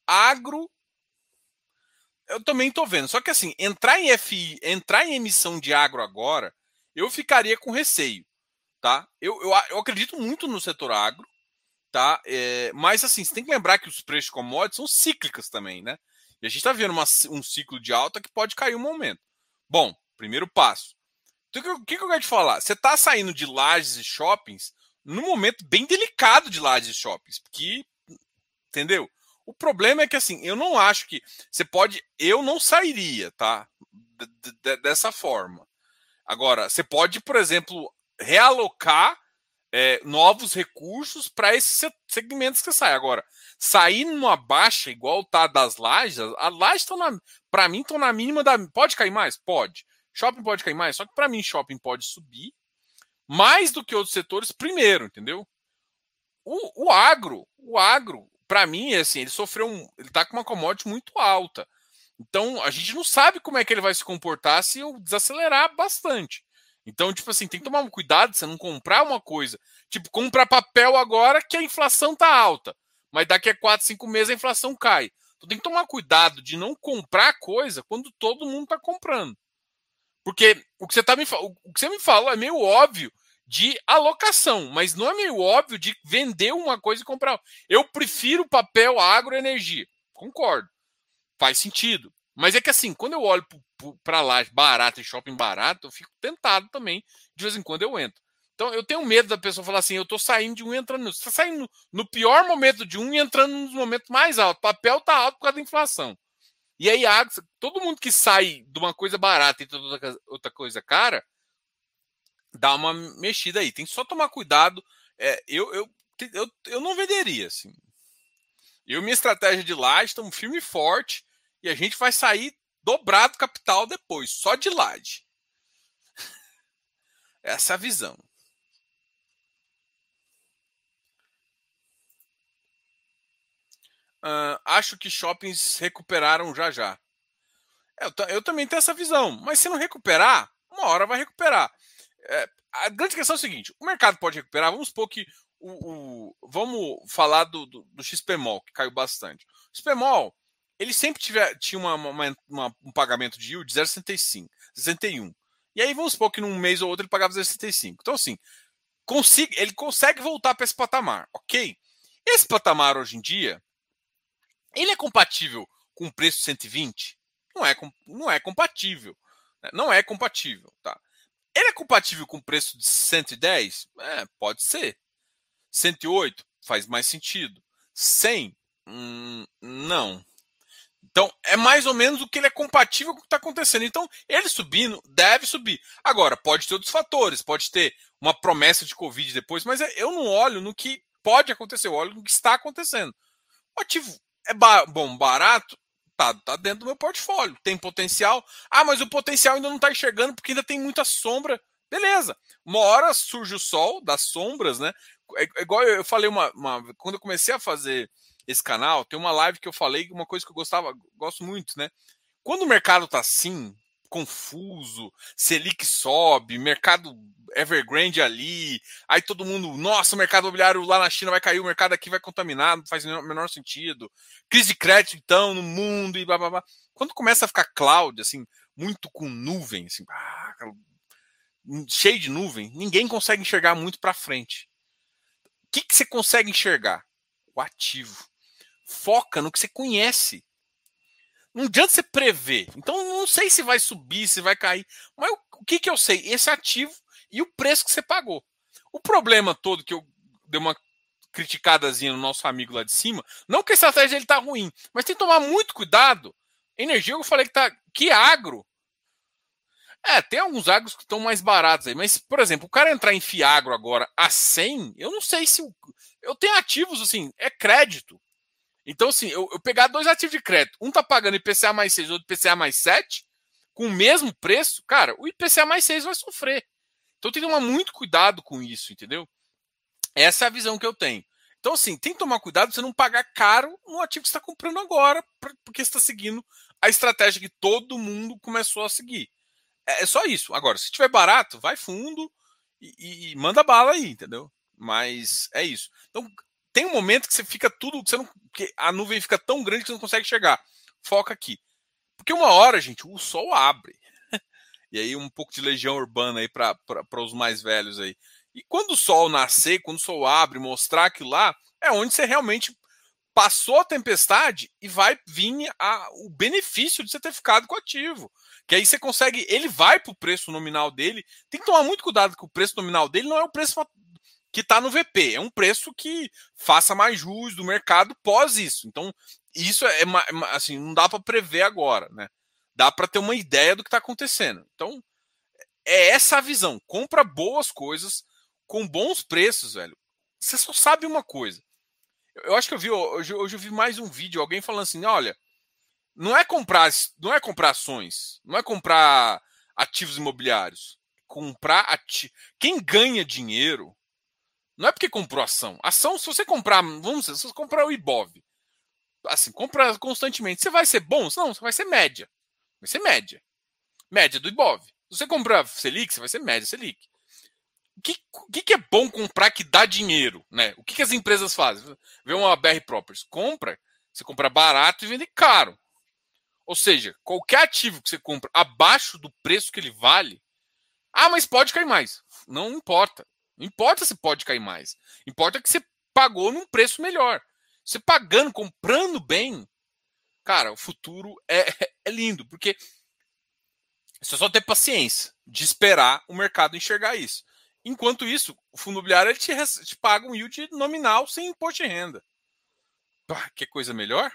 agro, eu também estou vendo. Só que assim, entrar em FI, entrar em emissão de agro agora, eu ficaria com receio, tá? Eu acredito muito no setor agro, tá? Mas assim, você tem que lembrar que os preços de commodities são cíclicas também, né? E a gente está vendo um ciclo de alta que pode cair um momento. Bom, primeiro passo. Então, o que eu quero te falar? Você está saindo de lajes e shoppings num momento bem delicado de lajes e shoppings, porque, entendeu? O problema é que assim, eu não acho que você pode, eu não sairia, tá? Dessa forma. Agora, você pode, por exemplo, realocar novos recursos para esses segmentos que você sai. Agora, sair numa baixa igual tá das lajes, as lajes estão para mim estão na mínima da. Pode cair mais? Pode. Shopping pode cair mais, só que para mim shopping pode subir mais do que outros setores primeiro, entendeu? O agro, para mim, assim, ele sofreu ele tá com uma commodity muito alta. Então, a gente não sabe como é que ele vai se comportar se eu desacelerar bastante. Então, tipo assim, tem que tomar um cuidado você não comprar uma coisa. Tipo, comprar papel agora que a inflação tá alta. Mas daqui a 4, 5 meses a inflação cai. Então tem que tomar cuidado de não comprar coisa quando todo mundo tá comprando. Porque o que você me falou é meio óbvio de alocação, mas não é meio óbvio de vender uma coisa e comprar. Eu prefiro papel, agro e energia. Concordo. Faz sentido. Mas é que assim, quando eu olho para lá barato e shopping barato, eu fico tentado também. De vez em quando eu entro. Então eu tenho medo da pessoa falar assim, eu tô saindo de um e entrando no. Você tá saindo no pior momento de um e entrando nos momentos mais altos. O papel tá alto por causa da inflação. E aí, todo mundo que sai de uma coisa barata e outra coisa cara, dá uma mexida aí. Tem que só tomar cuidado. Eu não venderia, assim. Minha estratégia de laje estamos firme e forte e a gente vai sair dobrado capital depois, só de laje. Essa é a visão. Acho que shoppings recuperaram já já. Eu também tenho essa visão, mas se não recuperar, uma hora vai recuperar. A grande questão é o seguinte: o mercado pode recuperar. Vamos supor que vamos falar do XPMOL, que caiu bastante. O XPMOL, ele sempre tinha um pagamento de yield de 0,65, 61. E aí vamos supor que num mês ou outro ele pagava 0,65. Então, assim, ele consegue voltar para esse patamar, ok? Esse patamar hoje em dia, ele é compatível com o preço de 120? Não é compatível. Né? Não é compatível, tá? Ele é compatível com o preço de 110? Pode ser. 108 faz mais sentido. 100? Não. Então, é mais ou menos o que ele é compatível com o que está acontecendo. Então, ele subindo, deve subir. Agora, pode ter outros fatores, pode ter uma promessa de Covid depois, mas eu não olho no que pode acontecer, eu olho no que está acontecendo. O ativo é bom, barato, tá dentro do meu portfólio, tem potencial. Mas o potencial ainda não está enxergando porque ainda tem muita sombra. Beleza. Uma hora surge o sol das sombras, né? Igual eu falei quando eu comecei a fazer esse canal, tem uma live que eu falei uma coisa que eu gosto muito, né? Quando o mercado tá assim, confuso, Selic sobe, mercado Evergrande ali, aí todo mundo, nossa, o mercado imobiliário lá na China vai cair, o mercado aqui vai contaminar, não faz o menor sentido. Crise de crédito, então, no mundo e blá blá blá. Quando começa a ficar cloud, assim, muito com nuvem, assim, cheio de nuvem, ninguém consegue enxergar muito para frente. O que você consegue enxergar? O ativo. Foca no que você conhece. Não adianta você prever. Então, não sei se vai subir, se vai cair. Mas o que eu sei? Esse ativo e o preço que você pagou. O problema todo que eu dei uma criticadazinha no nosso amigo lá de cima, não que a estratégia dele tá ruim, mas tem que tomar muito cuidado. Energia, eu falei que tá. Que agro. Tem alguns agros que estão mais baratos aí, mas, por exemplo, o cara entrar em Fiagro agora a 100, eu não sei se. Eu tenho ativos, assim, é crédito. Então, assim, eu pegar dois ativos de crédito, um tá pagando IPCA mais 6, outro IPCA mais 7, com o mesmo preço, cara, o IPCA mais 6 vai sofrer. Então tem que tomar muito cuidado com isso, entendeu? Essa é a visão que eu tenho. Então, assim, tem que tomar cuidado pra você não pagar caro no ativo que você está comprando agora, porque você está seguindo a estratégia que todo mundo começou a seguir. É só isso. Agora, se tiver barato, vai fundo e manda bala aí, entendeu? Mas é isso. Então, tem um momento que você fica tudo, que a nuvem fica tão grande que você não consegue chegar. Foca aqui. Porque uma hora, gente, o sol abre. E aí um pouco de legião urbana aí para os mais velhos aí. E quando o sol nascer, quando o sol abre, mostrar aquilo lá, é onde você realmente passou a tempestade e vai vir o benefício de você ter ficado com o ativo. Que aí você consegue, ele vai para o preço nominal dele. Tem que tomar muito cuidado que o preço nominal dele não é o preço que está no VP, é um preço que faça mais jus do mercado pós isso. Então, isso assim, não dá para prever agora, né? Dá para ter uma ideia do que está acontecendo. Então, é essa a visão. Compra boas coisas com bons preços, velho. Você só sabe uma coisa. Eu acho que hoje eu vi mais um vídeo, alguém falando assim, olha, não é comprar ações, não é comprar ativos imobiliários. Quem ganha dinheiro não é porque comprou ação. Ação, se você comprar, vamos dizer, se você comprar o Ibov, assim, compra constantemente, você vai ser bom? Não, você vai ser média. Vai ser média. Média do Ibov. Se você comprar Selic, você vai ser média Selic. O que é bom comprar que dá dinheiro, né? O que as empresas fazem? Vê uma BR Properties, você compra barato e vende caro. Ou seja, qualquer ativo que você compra abaixo do preço que ele vale, mas pode cair mais. Não importa. Não importa se pode cair mais. Importa que você pagou num preço melhor. Você pagando, comprando bem, cara, o futuro é lindo, porque você só ter paciência de esperar o mercado enxergar isso. Enquanto isso, o fundo imobiliário ele te paga um yield nominal sem imposto de renda. Que coisa melhor?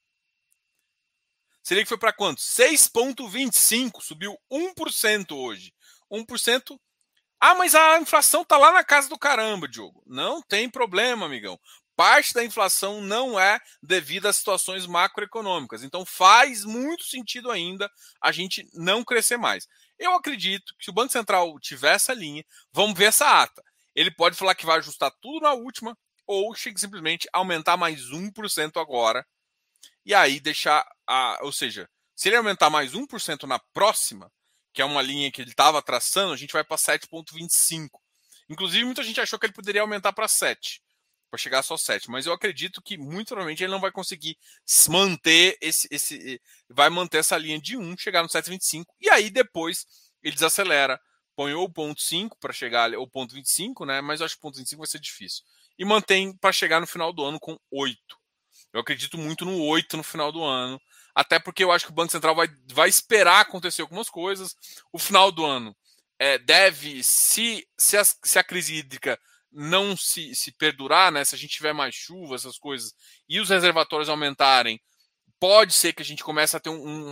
Seria que foi para quanto? 6,25, subiu 1% hoje. 1%. Mas a inflação está lá na casa do caramba, Diogo. Não tem problema, amigão. Parte da inflação não é devido a situações macroeconômicas. Então faz muito sentido ainda a gente não crescer mais. Eu acredito que se o Banco Central tiver essa linha, vamos ver essa ata. Ele pode falar que vai ajustar tudo na última ou simplesmente aumentar mais 1% agora. E aí deixar ou seja, se ele aumentar mais 1% na próxima, que é uma linha que ele estava traçando, a gente vai para 7,25. Inclusive, muita gente achou que ele poderia aumentar para 7, para chegar só 7. Mas eu acredito que, muito provavelmente, ele não vai conseguir manter vai manter essa linha de 1, chegar no 7,25. E aí, depois, ele desacelera, põe ou 0,5 para chegar, ou 0,25, né? Mas eu acho que 0,25 vai ser difícil. E mantém para chegar no final do ano com 8. Eu acredito muito no 8 no final do ano. Até porque eu acho que o Banco Central vai esperar acontecer algumas coisas. O final do ano deve, se a crise hídrica não se perdurar, né, se a gente tiver mais chuva, essas coisas, e os reservatórios aumentarem, pode ser que a gente comece a ter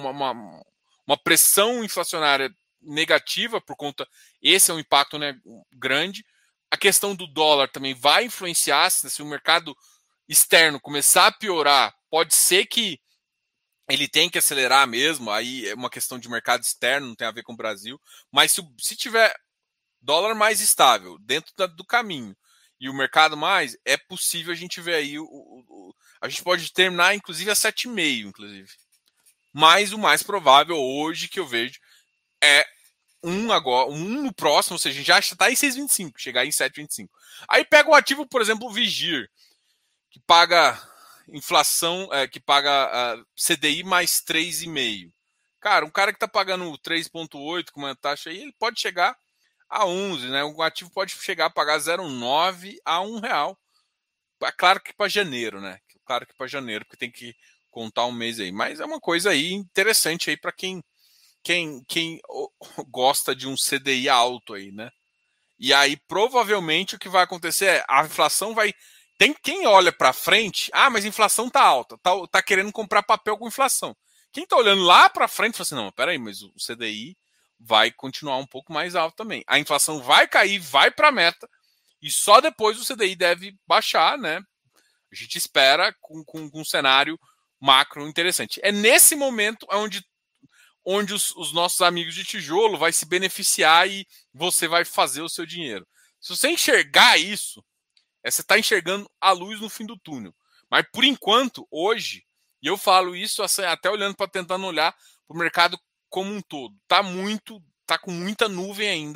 uma pressão inflacionária negativa por conta. Esse é um impacto, né, grande. A questão do dólar também vai influenciar. Se o mercado externo começar a piorar, pode ser que ele tem que acelerar mesmo, aí é uma questão de mercado externo, não tem a ver com o Brasil, mas se tiver dólar mais estável dentro do caminho e o mercado mais, é possível a gente ver aí, a gente pode terminar inclusive a 7,5, inclusive. Mas o mais provável hoje que eu vejo é um no próximo, ou seja, a gente já está em 6,25, chegar em 7,25. Aí pega um ativo, por exemplo, o Vigir, que paga inflação, que paga CDI mais 3,5. Cara, um cara que está pagando 3,8 com uma taxa aí, ele pode chegar a 11, né? Um ativo pode chegar a pagar 0,9 a R$1. É claro que para janeiro, né? Claro que para janeiro, porque tem que contar um mês aí. Mas é uma coisa aí interessante aí para quem gosta de um CDI alto aí, né? E aí, provavelmente, o que vai acontecer é a inflação vai. Tem quem olha para frente, mas a inflação tá alta, tá querendo comprar papel com inflação. Quem tá olhando lá para frente fala assim, não, peraí, mas o CDI vai continuar um pouco mais alto também. A inflação vai cair, vai para a meta, e só depois o CDI deve baixar, né? A gente espera com um cenário macro interessante. É nesse momento onde os nossos amigos de tijolo vai se beneficiar e você vai fazer o seu dinheiro. Se você enxergar isso, você está enxergando a luz no fim do túnel. Mas, por enquanto, hoje, e eu falo isso até olhando para tentando olhar para o mercado como um todo, tá com muita nuvem ainda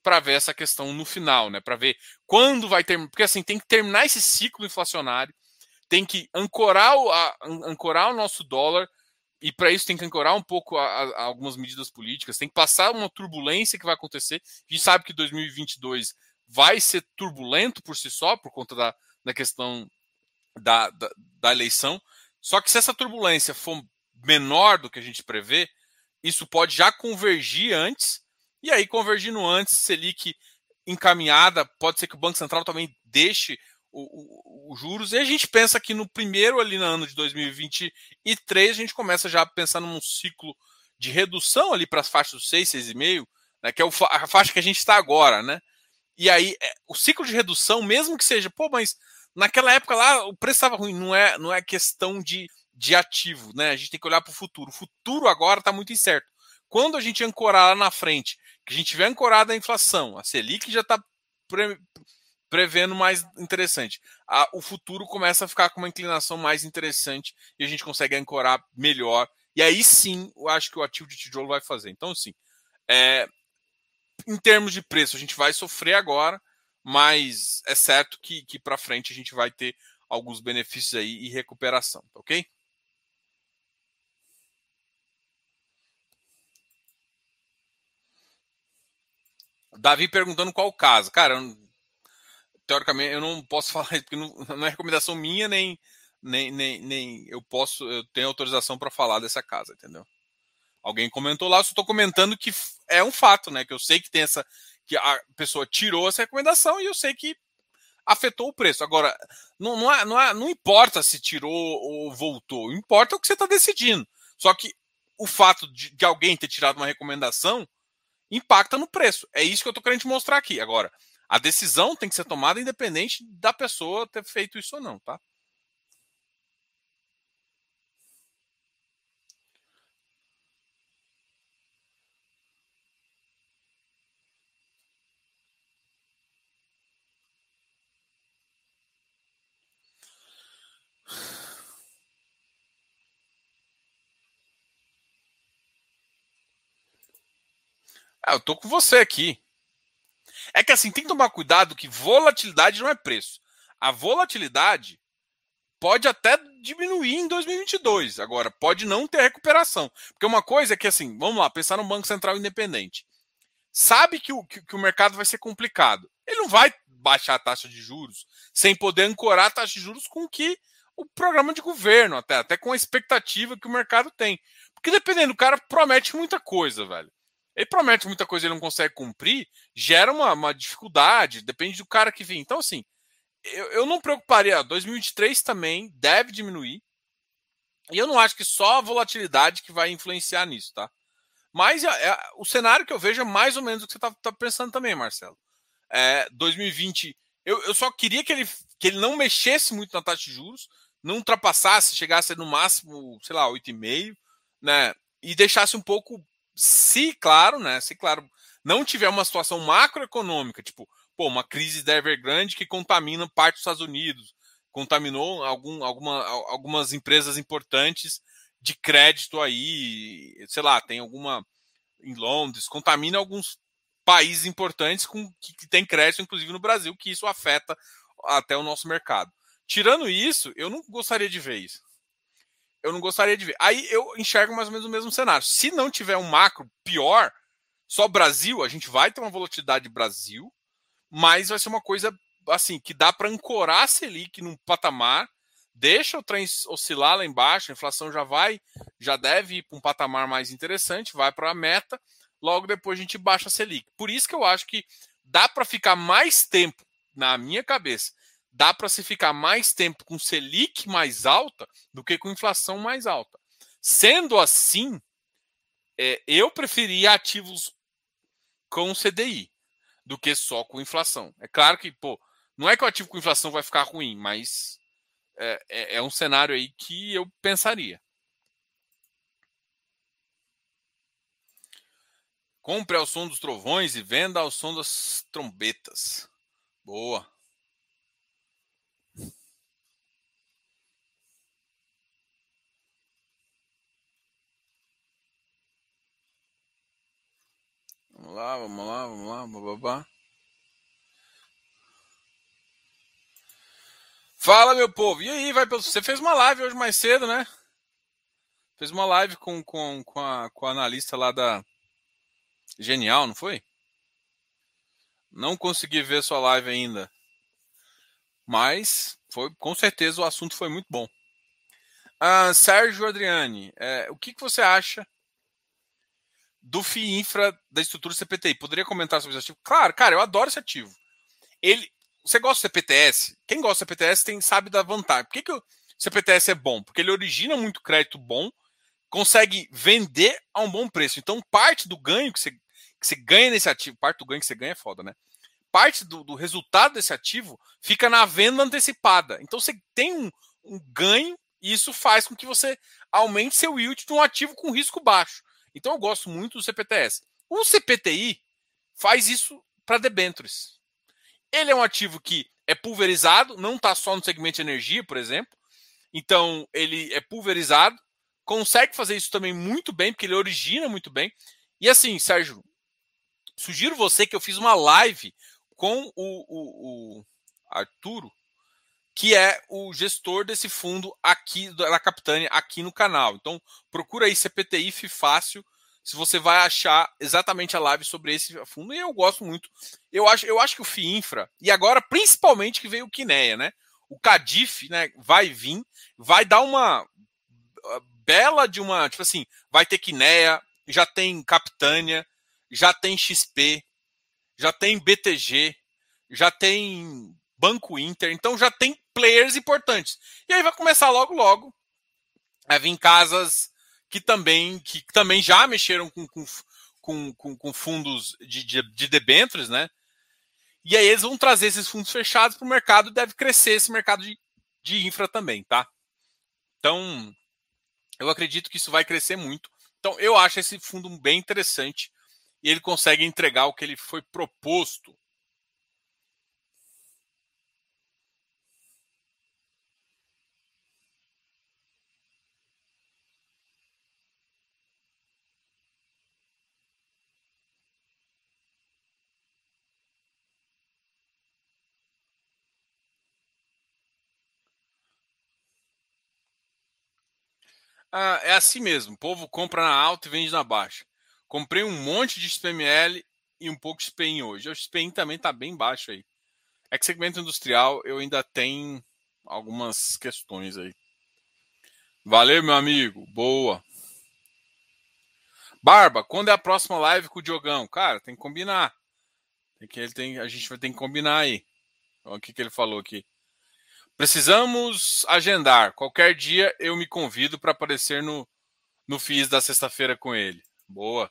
para ver essa questão no final, né? Para ver quando vai terminar. Porque assim, tem que terminar esse ciclo inflacionário, tem que ancorar o nosso dólar, e para isso tem que ancorar um pouco a algumas medidas políticas, tem que passar uma turbulência que vai acontecer. A gente sabe que 2022 vai ser turbulento por si só, por conta da questão da eleição. Só que se essa turbulência for menor do que a gente prevê, isso pode já convergir antes, e aí convergindo antes, Selic encaminhada, pode ser que o Banco Central também deixe os juros, e a gente pensa que no primeiro ali no ano de 2023, a gente começa já a pensar num ciclo de redução ali para as faixas dos 6, 6,5, né, que é a faixa que a gente está agora, né? E aí, o ciclo de redução, mesmo que seja, pô, mas naquela época lá o preço estava ruim, não é questão de ativo, né? A gente tem que olhar para o futuro. O futuro agora está muito incerto. Quando a gente ancorar lá na frente, que a gente tiver ancorado a inflação, a Selic já está prevendo mais interessante. O futuro começa a ficar com uma inclinação mais interessante e a gente consegue ancorar melhor. E aí sim, eu acho que o ativo de tijolo vai fazer. Então, assim, em termos de preço, a gente vai sofrer agora, mas é certo que para frente a gente vai ter alguns benefícios aí e recuperação, tá ok? Davi perguntando qual casa. Cara, teoricamente eu não posso falar isso, porque não é recomendação minha, nem eu tenho autorização para falar dessa casa, entendeu? Alguém comentou lá, eu só estou comentando que é um fato, né? Que eu sei que tem que a pessoa tirou essa recomendação e eu sei que afetou o preço. Agora, não importa se tirou ou voltou, importa o que você está decidindo. Só que o fato de alguém ter tirado uma recomendação impacta no preço. É isso que eu estou querendo te mostrar aqui. Agora, a decisão tem que ser tomada independente da pessoa ter feito isso ou não, tá? Eu tô com você aqui. É que assim, tem que tomar cuidado que volatilidade não é preço. A volatilidade pode até diminuir em 2022. Agora, pode não ter recuperação. Porque uma coisa é que, assim, vamos lá, pensar no Banco Central independente. Sabe que o mercado vai ser complicado. Ele não vai baixar a taxa de juros sem poder ancorar a taxa de juros com que o programa de governo, até com a expectativa que o mercado tem. Porque dependendo, o cara promete muita coisa, velho. Ele promete muita coisa e ele não consegue cumprir, gera uma dificuldade, depende do cara que vem. Então, assim, eu não preocuparia. 2023 também deve diminuir. E eu não acho que só a volatilidade que vai influenciar nisso, tá? Mas o cenário que eu vejo é mais ou menos o que você tá pensando também, Marcelo. 2020, eu só queria que ele não mexesse muito na taxa de juros, não ultrapassasse, chegasse no máximo, sei lá, 8,5, né? E deixasse um pouco, se claro, né? Se claro, não tiver uma situação macroeconômica, tipo, pô, uma crise da Evergrande que contamina parte dos Estados Unidos, contaminou algumas empresas importantes de crédito aí, sei lá, tem alguma em Londres, contamina alguns países importantes que tem crédito, inclusive no Brasil, que isso afeta até o nosso mercado. Tirando isso, eu não gostaria de ver isso. Eu não gostaria de ver. Aí eu enxergo mais ou menos o mesmo cenário. Se não tiver um macro pior, só Brasil, a gente vai ter uma volatilidade Brasil, mas vai ser uma coisa assim que dá para ancorar a Selic num patamar, deixa o trem oscilar lá embaixo, a inflação já deve ir para um patamar mais interessante, vai para a meta, logo depois a gente baixa a Selic. Por isso que eu acho que dá para ficar mais tempo, na minha cabeça, dá para se ficar mais tempo com Selic mais alta do que com inflação mais alta. Sendo assim, eu preferia ativos com CDI do que só com inflação. É claro que, pô, não é que o ativo com inflação vai ficar ruim, mas é um cenário aí que eu pensaria. Compre ao som dos trovões e venda ao som das trombetas. Boa. Vamos lá, vamos lá, vamos lá, babá. Fala, meu povo. E aí, você fez uma live hoje mais cedo, né? Fez uma live com a analista lá da Genial, não foi? Não consegui ver sua live ainda. Mas com certeza o assunto foi muito bom. Sérgio Adriani, o que você acha do FII Infra da estrutura CPTI? Poderia comentar sobre esse ativo? Claro, cara, eu adoro esse ativo. Você gosta do CPTS? Quem gosta do CPTS sabe da vantagem. Por que o CPTS é bom? Porque ele origina muito crédito bom, consegue vender a um bom preço. Então, parte do ganho que você ganha nesse ativo, parte do ganho que você ganha é foda, né? Parte do resultado desse ativo fica na venda antecipada. Então, você tem um ganho e isso faz com que você aumente seu yield de um ativo com risco baixo. Então, eu gosto muito do CPTS. O CPTI faz isso para debêntures. Ele é um ativo que é pulverizado, não está só no segmento de energia, por exemplo. Então, ele é pulverizado, consegue fazer isso também muito bem, porque ele origina muito bem. E assim, Sérgio, sugiro você que eu fiz uma live com o Arturo, que é o gestor desse fundo aqui da Capitânia, aqui no canal. Então, procura aí CPTI Fácil, se você vai achar exatamente a live sobre esse fundo. E eu gosto muito. Eu acho que o FII Infra, e agora principalmente que veio o Quineia, né? O Cadif, né, vai vir, vai dar uma bela de uma, tipo assim, vai ter Quineia, já tem Capitânia, já tem XP, já tem BTG, já tem Banco Inter, então já tem players importantes. E aí vai começar logo a vir casas que também já mexeram com fundos de debêntures, né? E aí eles vão trazer esses fundos fechados para o mercado, deve crescer esse mercado de infra também, tá? Então, eu acredito que isso vai crescer muito. Então, eu acho esse fundo bem interessante e ele consegue entregar o que ele foi proposto. É assim mesmo. O povo compra na alta e vende na baixa. Comprei um monte de XPML e um pouco de SPIN hoje. O SPIN também está bem baixo aí. É que segmento industrial eu ainda tenho algumas questões aí. Valeu, meu amigo. Boa. Barba, quando é a próxima live com o Diogão? Cara, tem que combinar. A gente vai ter que combinar aí. Olha o que ele falou aqui. Precisamos agendar. Qualquer dia eu me convido para aparecer no FIIs da sexta-feira com ele. Boa.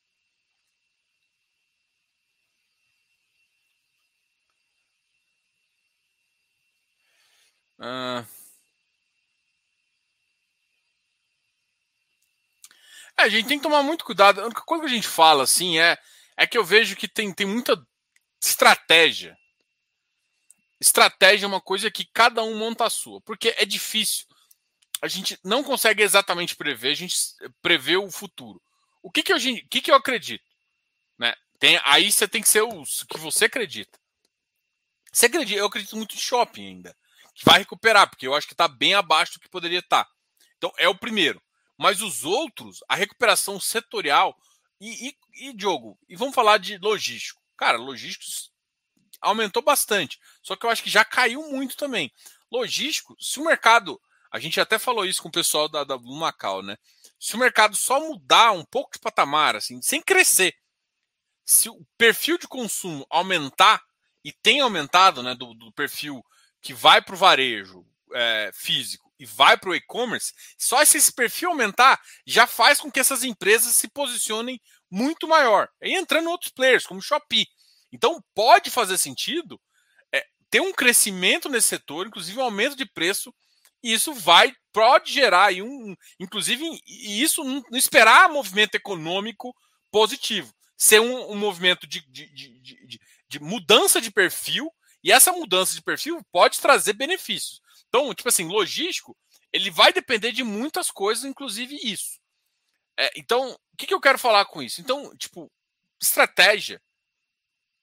A gente tem que tomar muito cuidado. A única coisa que a gente fala assim é que eu vejo que tem muita estratégia. Estratégia é uma coisa que cada um monta a sua, porque é difícil. A gente não consegue exatamente prever, a gente prevê o futuro. O que eu acredito? Né? Aí você tem que ser o que você acredita. Eu acredito muito em shopping ainda, que vai recuperar, porque eu acho que está bem abaixo do que poderia estar. Então é o primeiro. Mas os outros, a recuperação setorial Diogo, e vamos falar de logístico. Cara, logísticos aumentou bastante, só que eu acho que já caiu muito também. Logístico, se o mercado, a gente até falou isso com o pessoal do Macau, né? Se o mercado só mudar um pouco de patamar, assim, sem crescer, se o perfil de consumo aumentar, e tem aumentado, né, do perfil que vai para o varejo físico e vai para o e-commerce, só se esse perfil aumentar, já faz com que essas empresas se posicionem muito maior. Aí entrando outros players, como o Shopee. Então, pode fazer sentido ter um crescimento nesse setor, inclusive um aumento de preço, e isso pode gerar aí inclusive, e isso não esperar movimento econômico positivo, ser um movimento de mudança de perfil, e essa mudança de perfil pode trazer benefícios. Então, tipo assim, logístico, ele vai depender de muitas coisas, inclusive isso. Então, o que eu quero falar com isso? Então, tipo, estratégia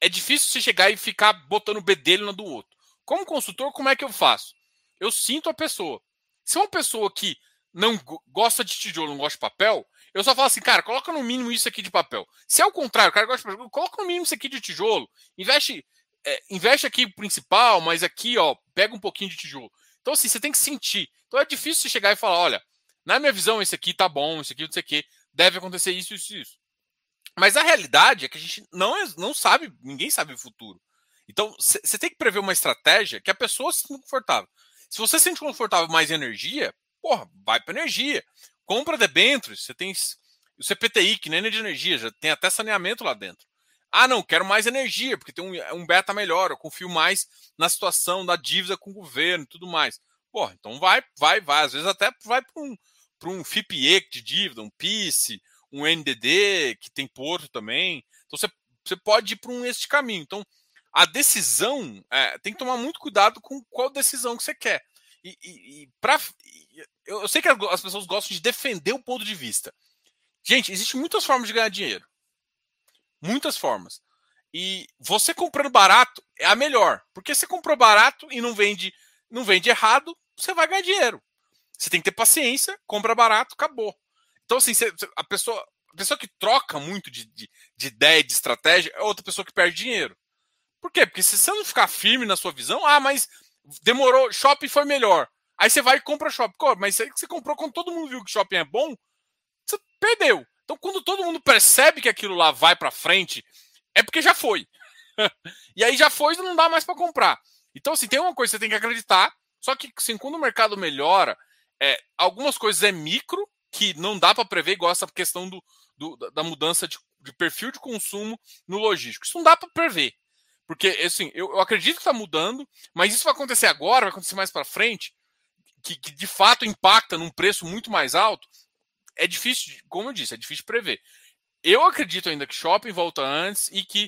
é difícil você chegar e ficar botando o bedelho no do outro. Como consultor, como é que eu faço? Eu sinto a pessoa. Se é uma pessoa que não gosta de tijolo, não gosta de papel, eu só falo assim, cara, coloca no mínimo isso aqui de papel. Se é o contrário, o cara gosta de papel, coloca no mínimo isso aqui de tijolo, investe aqui o principal, mas aqui, ó, pega um pouquinho de tijolo. Então, assim, você tem que sentir. Então é difícil você chegar e falar, olha, na minha visão, esse aqui tá bom, esse aqui não sei o quê, deve acontecer isso, isso, isso. Mas a realidade é que a gente não sabe, ninguém sabe o futuro. Então, você tem que prever uma estratégia que a pessoa se sinta confortável. Se você se sente confortável mais em energia, porra, vai para energia. Compra debêntures, você tem o CPTI, que nem é de energia, já tem até saneamento lá dentro. Ah, não, quero mais energia, porque tem um beta melhor, eu confio mais na situação da dívida com o governo e tudo mais. Porra, então vai. Às vezes até vai para um FIPE de dívida, um PIS, um NDD, que tem porto também. Então você pode ir para esse caminho. Então, a decisão, tem que tomar muito cuidado com qual decisão que você quer. Eu sei que as pessoas gostam de defender o ponto de vista. Gente, existem muitas formas de ganhar dinheiro. Muitas formas. E você comprando barato é a melhor. Porque você comprou barato e não vende errado, você vai ganhar dinheiro. Você tem que ter paciência, compra barato, acabou. Então, assim, a pessoa que troca muito de ideia, de estratégia, é outra pessoa que perde dinheiro. Por quê? Porque se você não ficar firme na sua visão, mas demorou, shopping foi melhor. Aí você vai e compra shopping. Mas aí que você comprou quando todo mundo viu que shopping é bom, você perdeu. Então, quando todo mundo percebe que aquilo lá vai para frente, é porque já foi. E aí já foi e não dá mais para comprar. Então, assim, tem uma coisa que você tem que acreditar. Só que, assim, quando o mercado melhora, algumas coisas é micro, que não dá para prever, igual essa questão da mudança de perfil de consumo no logístico. Isso não dá para prever. Porque, assim, eu acredito que está mudando, mas isso vai acontecer agora, vai acontecer mais para frente, que de fato impacta num preço muito mais alto. É difícil, como eu disse, é difícil prever. Eu acredito ainda que shopping volta antes e que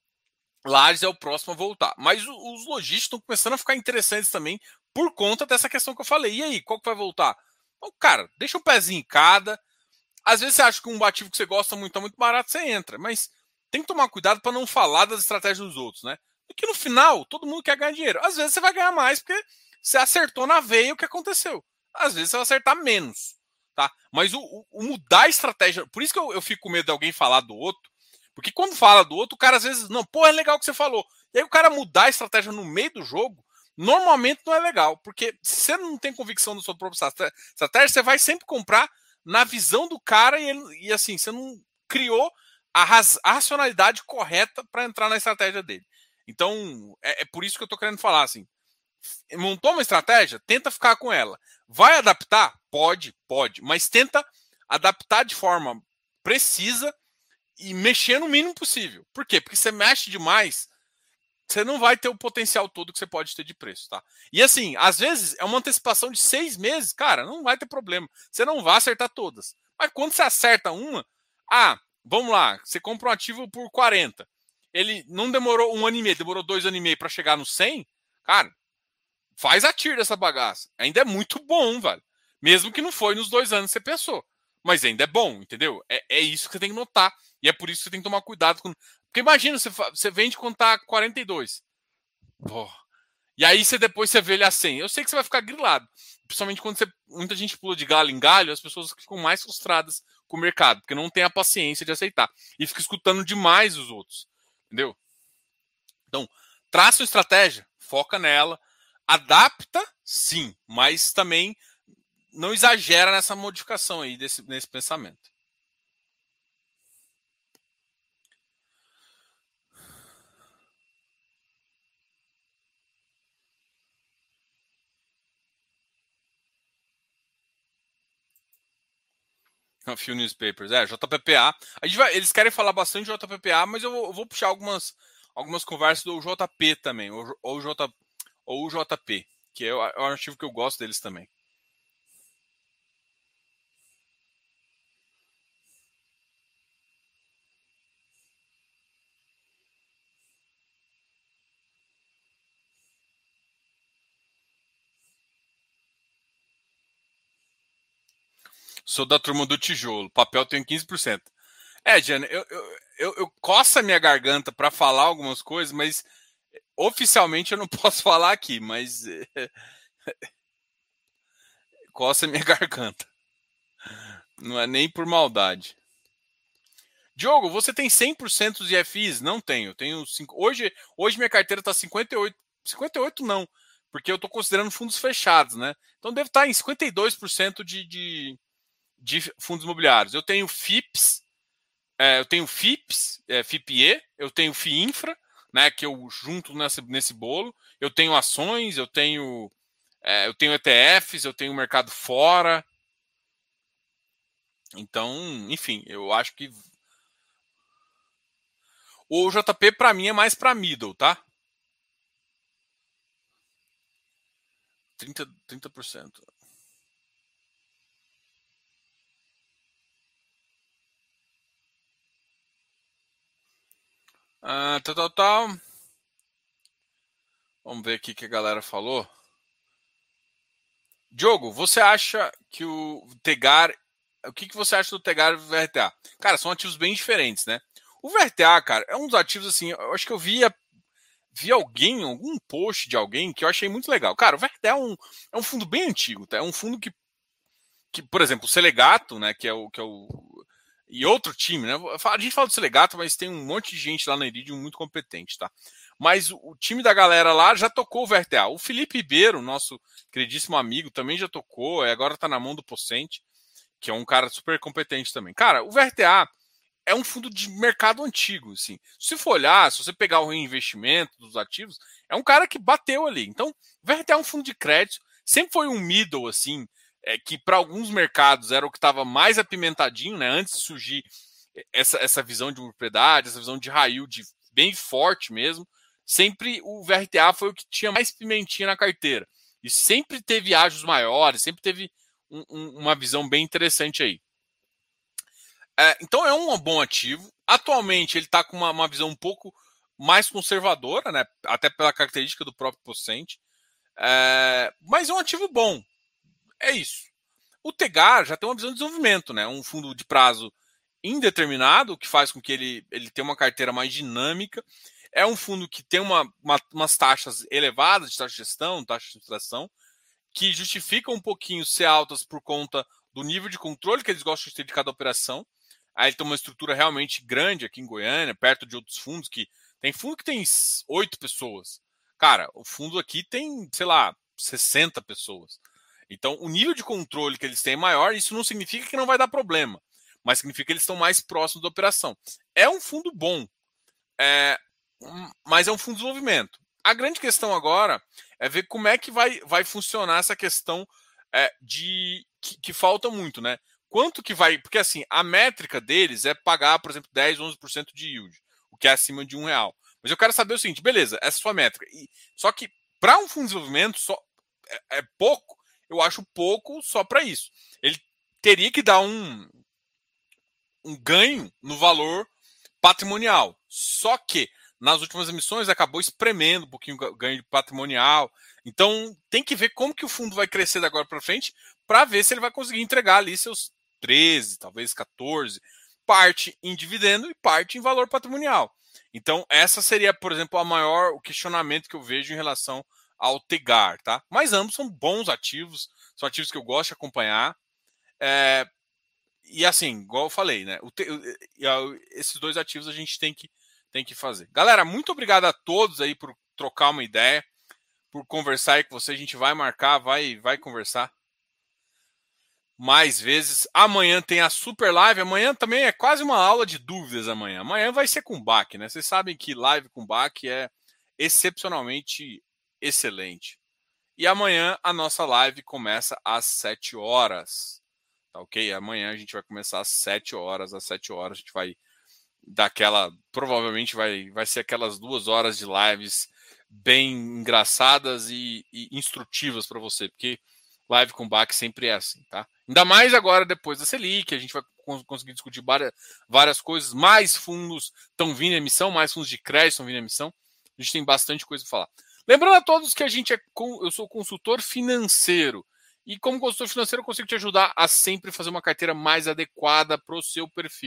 Lages é o próximo a voltar. Mas os lojistas estão começando a ficar interessantes também por conta dessa questão que eu falei. E aí, qual que vai voltar? Então, cara, deixa um pezinho em cada. Às vezes você acha que um ativo que você gosta muito é muito barato, você entra. Mas tem que tomar cuidado para não falar das estratégias dos outros, né? Porque no final, todo mundo quer ganhar dinheiro. Às vezes você vai ganhar mais porque você acertou na veia o que aconteceu. Às vezes você vai acertar menos. Tá? Mas o mudar a estratégia. Por isso que eu fico com medo de alguém falar do outro. Porque quando fala do outro, o cara às vezes, não, pô, é legal o que você falou. E aí o cara mudar a estratégia no meio do jogo, normalmente não é legal. Porque se você não tem convicção da sua própria estratégia, você vai sempre comprar na visão do cara e assim, você não criou a racionalidade correta para entrar na estratégia dele. Então, é por isso que eu tô querendo falar assim. Montou uma estratégia? Tenta ficar com ela. Vai adaptar? Pode, mas tenta adaptar de forma precisa e mexer no mínimo possível. Por quê? Porque você mexe demais, você não vai ter o potencial todo que você pode ter de preço, tá? E assim, às vezes é uma antecipação de 6 meses, cara, não vai ter problema. Você não vai acertar todas. Mas quando você acerta uma, vamos lá, você compra um ativo por 40. Ele não demorou 1 ano e meio, demorou 2 anos e meio para chegar no 100, cara, faz a TIR dessa bagaça. Ainda é muito bom, velho. Mesmo que não foi nos 2 anos que você pensou. Mas ainda é bom, entendeu? É isso que você tem que notar. E é por isso que você tem que tomar cuidado com. Porque imagina, você vende quando tá 42. Pô. E aí depois você vê ele a 100. Eu sei que você vai ficar grilado. Principalmente quando muita gente pula de galho em galho, as pessoas ficam mais frustradas com o mercado, porque não tem a paciência de aceitar. E fica escutando demais os outros. Entendeu? Então, traça uma estratégia, foca nela, adapta, sim, mas também não exagera nessa modificação aí nesse pensamento. A Few Newspapers, JPPA. Eles querem falar bastante de JPPA, mas eu vou puxar algumas conversas do JP também, ou o JP, que é um artigo que eu gosto deles também. Sou da turma do tijolo. Papel tem 15%. Diana, eu coço a minha garganta para falar algumas coisas, mas oficialmente eu não posso falar aqui, mas coça a minha garganta. Não é nem por maldade. Diogo, você tem 100% de FIs? Não tenho. Tenho 5. Hoje minha carteira está 58. 58 não, porque eu estou considerando fundos fechados, né? Então deve estar em 52% de fundos imobiliários. Eu tenho FIPS, FIPE, eu tenho FIINFRA, né, que eu junto nesse bolo. Eu tenho ações, eu tenho ETFs, eu tenho mercado fora. Então, enfim, eu acho que o JP para mim é mais para middle, tá? 30%. Tal. Vamos ver aqui o que a galera falou. Diogo, você acha que o Tegar. O que você acha do Tegar e do VRTA? Cara, são ativos bem diferentes, né? O VRTA, cara, é um dos ativos assim. Eu acho que eu vi algum post de alguém que eu achei muito legal. Cara, o VRTA é um fundo bem antigo, tá? É um fundo que por exemplo, o Selegato, né? Que é o. E outro time, né? A gente fala do Selegato, mas tem um monte de gente lá na Iridium muito competente, tá? Mas o time da galera lá já tocou o VRTA. O Felipe Ribeiro, nosso queridíssimo amigo, também já tocou, e agora tá na mão do Pocente, que é um cara super competente também. Cara, o VRTA é um fundo de mercado antigo, assim. Se for olhar, se você pegar o reinvestimento dos ativos, é um cara que bateu ali. Então, o VRTA é um fundo de crédito, sempre foi um middle, assim, que para alguns mercados era o que estava mais apimentadinho, né? Antes de surgir essa visão de propriedade, essa visão de high yield bem forte mesmo. Sempre o VRTA foi o que tinha mais pimentinha na carteira. E sempre teve ágios maiores, sempre teve uma visão bem interessante aí. Então é um bom ativo. Atualmente ele está com uma visão um pouco mais conservadora, né? Até pela característica do próprio Pocente. Mas é um ativo bom. É isso. O Tegar já tem uma visão de desenvolvimento, né? Um fundo de prazo indeterminado, que faz com que ele tenha uma carteira mais dinâmica. É um fundo que tem umas taxas elevadas de taxa de gestão, taxa de administração, que justificam um pouquinho ser altas por conta do nível de controle que eles gostam de ter de cada operação. Aí ele tem uma estrutura realmente grande aqui em Goiânia, perto de outros fundos que tem fundo que tem 8 pessoas. Cara, o fundo aqui tem, sei lá, 60 pessoas. Então, o nível de controle que eles têm é maior. Isso não significa que não vai dar problema, mas significa que eles estão mais próximos da operação. É um fundo bom, mas é um fundo de desenvolvimento. A grande questão agora é ver como é que vai funcionar essa questão que falta muito, né? Quanto que vai. Porque assim, a métrica deles é pagar, por exemplo, 10, 11% de yield, o que é acima de R$1. Mas eu quero saber o seguinte, beleza, essa é a sua métrica. Só que para um fundo de desenvolvimento é pouco, eu acho pouco só para isso. Ele teria que dar um ganho no valor patrimonial. Só que nas últimas emissões acabou espremendo um pouquinho o ganho patrimonial. Então tem que ver como que o fundo vai crescer da agora para frente para ver se ele vai conseguir entregar ali seus 13, talvez 14, parte em dividendo e parte em valor patrimonial. Então essa seria, por exemplo, o questionamento que eu vejo em relação ao Tegar, tá? Mas ambos são bons ativos, são ativos que eu gosto de acompanhar. E assim, igual eu falei, né? Esses dois ativos a gente tem que fazer. Galera, muito obrigado a todos aí por trocar uma ideia, por conversar aí com você. A gente vai marcar, vai conversar mais vezes. Amanhã tem a super live. Amanhã também é quase uma aula de dúvidas amanhã. Amanhã vai ser com BAC, né? Vocês sabem que live com BAC é excepcionalmente excelente. E amanhã a nossa live começa às 7 horas. Tá ok? Amanhã a gente vai começar às 7 horas. Às 7 horas a gente vai dar aquela. Provavelmente vai ser aquelas 2 horas de lives bem engraçadas e instrutivas para você, porque live com BAC sempre é assim, tá? Ainda mais agora depois da Selic, a gente vai conseguir discutir várias coisas. Mais fundos estão vindo em emissão, mais fundos de crédito estão vindo em emissão. A gente tem bastante coisa para falar. Lembrando a todos que eu sou consultor financeiro. E como consultor financeiro, eu consigo te ajudar a sempre fazer uma carteira mais adequada para o seu perfil.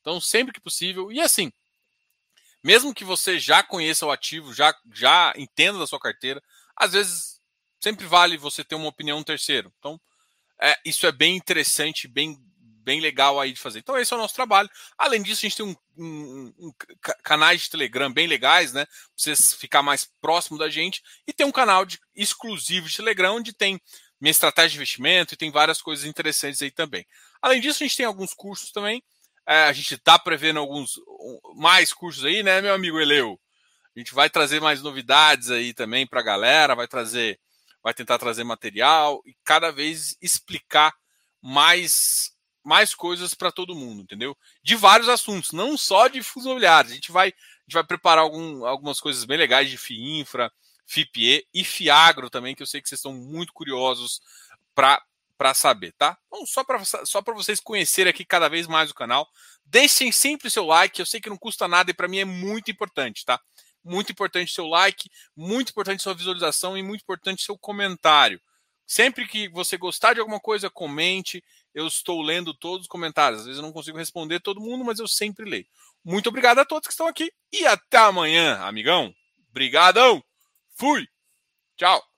Então, sempre que possível. E assim, mesmo que você já conheça o ativo, já entenda da sua carteira, às vezes sempre vale você ter uma opinião um terceiro. Então, isso é bem interessante, bem legal aí de fazer. Então, esse é o nosso trabalho. Além disso, a gente tem canais de Telegram bem legais, né? Pra você ficar mais próximo da gente. E tem um canal exclusivo de Telegram, onde tem minha estratégia de investimento e tem várias coisas interessantes aí também. Além disso, a gente tem alguns cursos também. A gente está prevendo mais cursos aí, né, meu amigo Eleu? A gente vai trazer mais novidades aí também para a galera, vai tentar trazer material e cada vez explicar mais coisas para todo mundo, entendeu? De vários assuntos, não só de fundos imobiliários. A gente vai preparar algumas coisas bem legais de FIINFRA, FIPE e FIAGRO também, que eu sei que vocês estão muito curiosos para saber, tá? Então, só para vocês conhecerem aqui cada vez mais o canal. Deixem sempre o seu like, eu sei que não custa nada e para mim é muito importante, tá? Muito importante seu like, muito importante sua visualização e muito importante seu comentário. Sempre que você gostar de alguma coisa, comente. Eu estou lendo todos os comentários. Às vezes eu não consigo responder todo mundo, mas eu sempre leio. Muito obrigado a todos que estão aqui e até amanhã, amigão. Obrigadão. Fui. Tchau.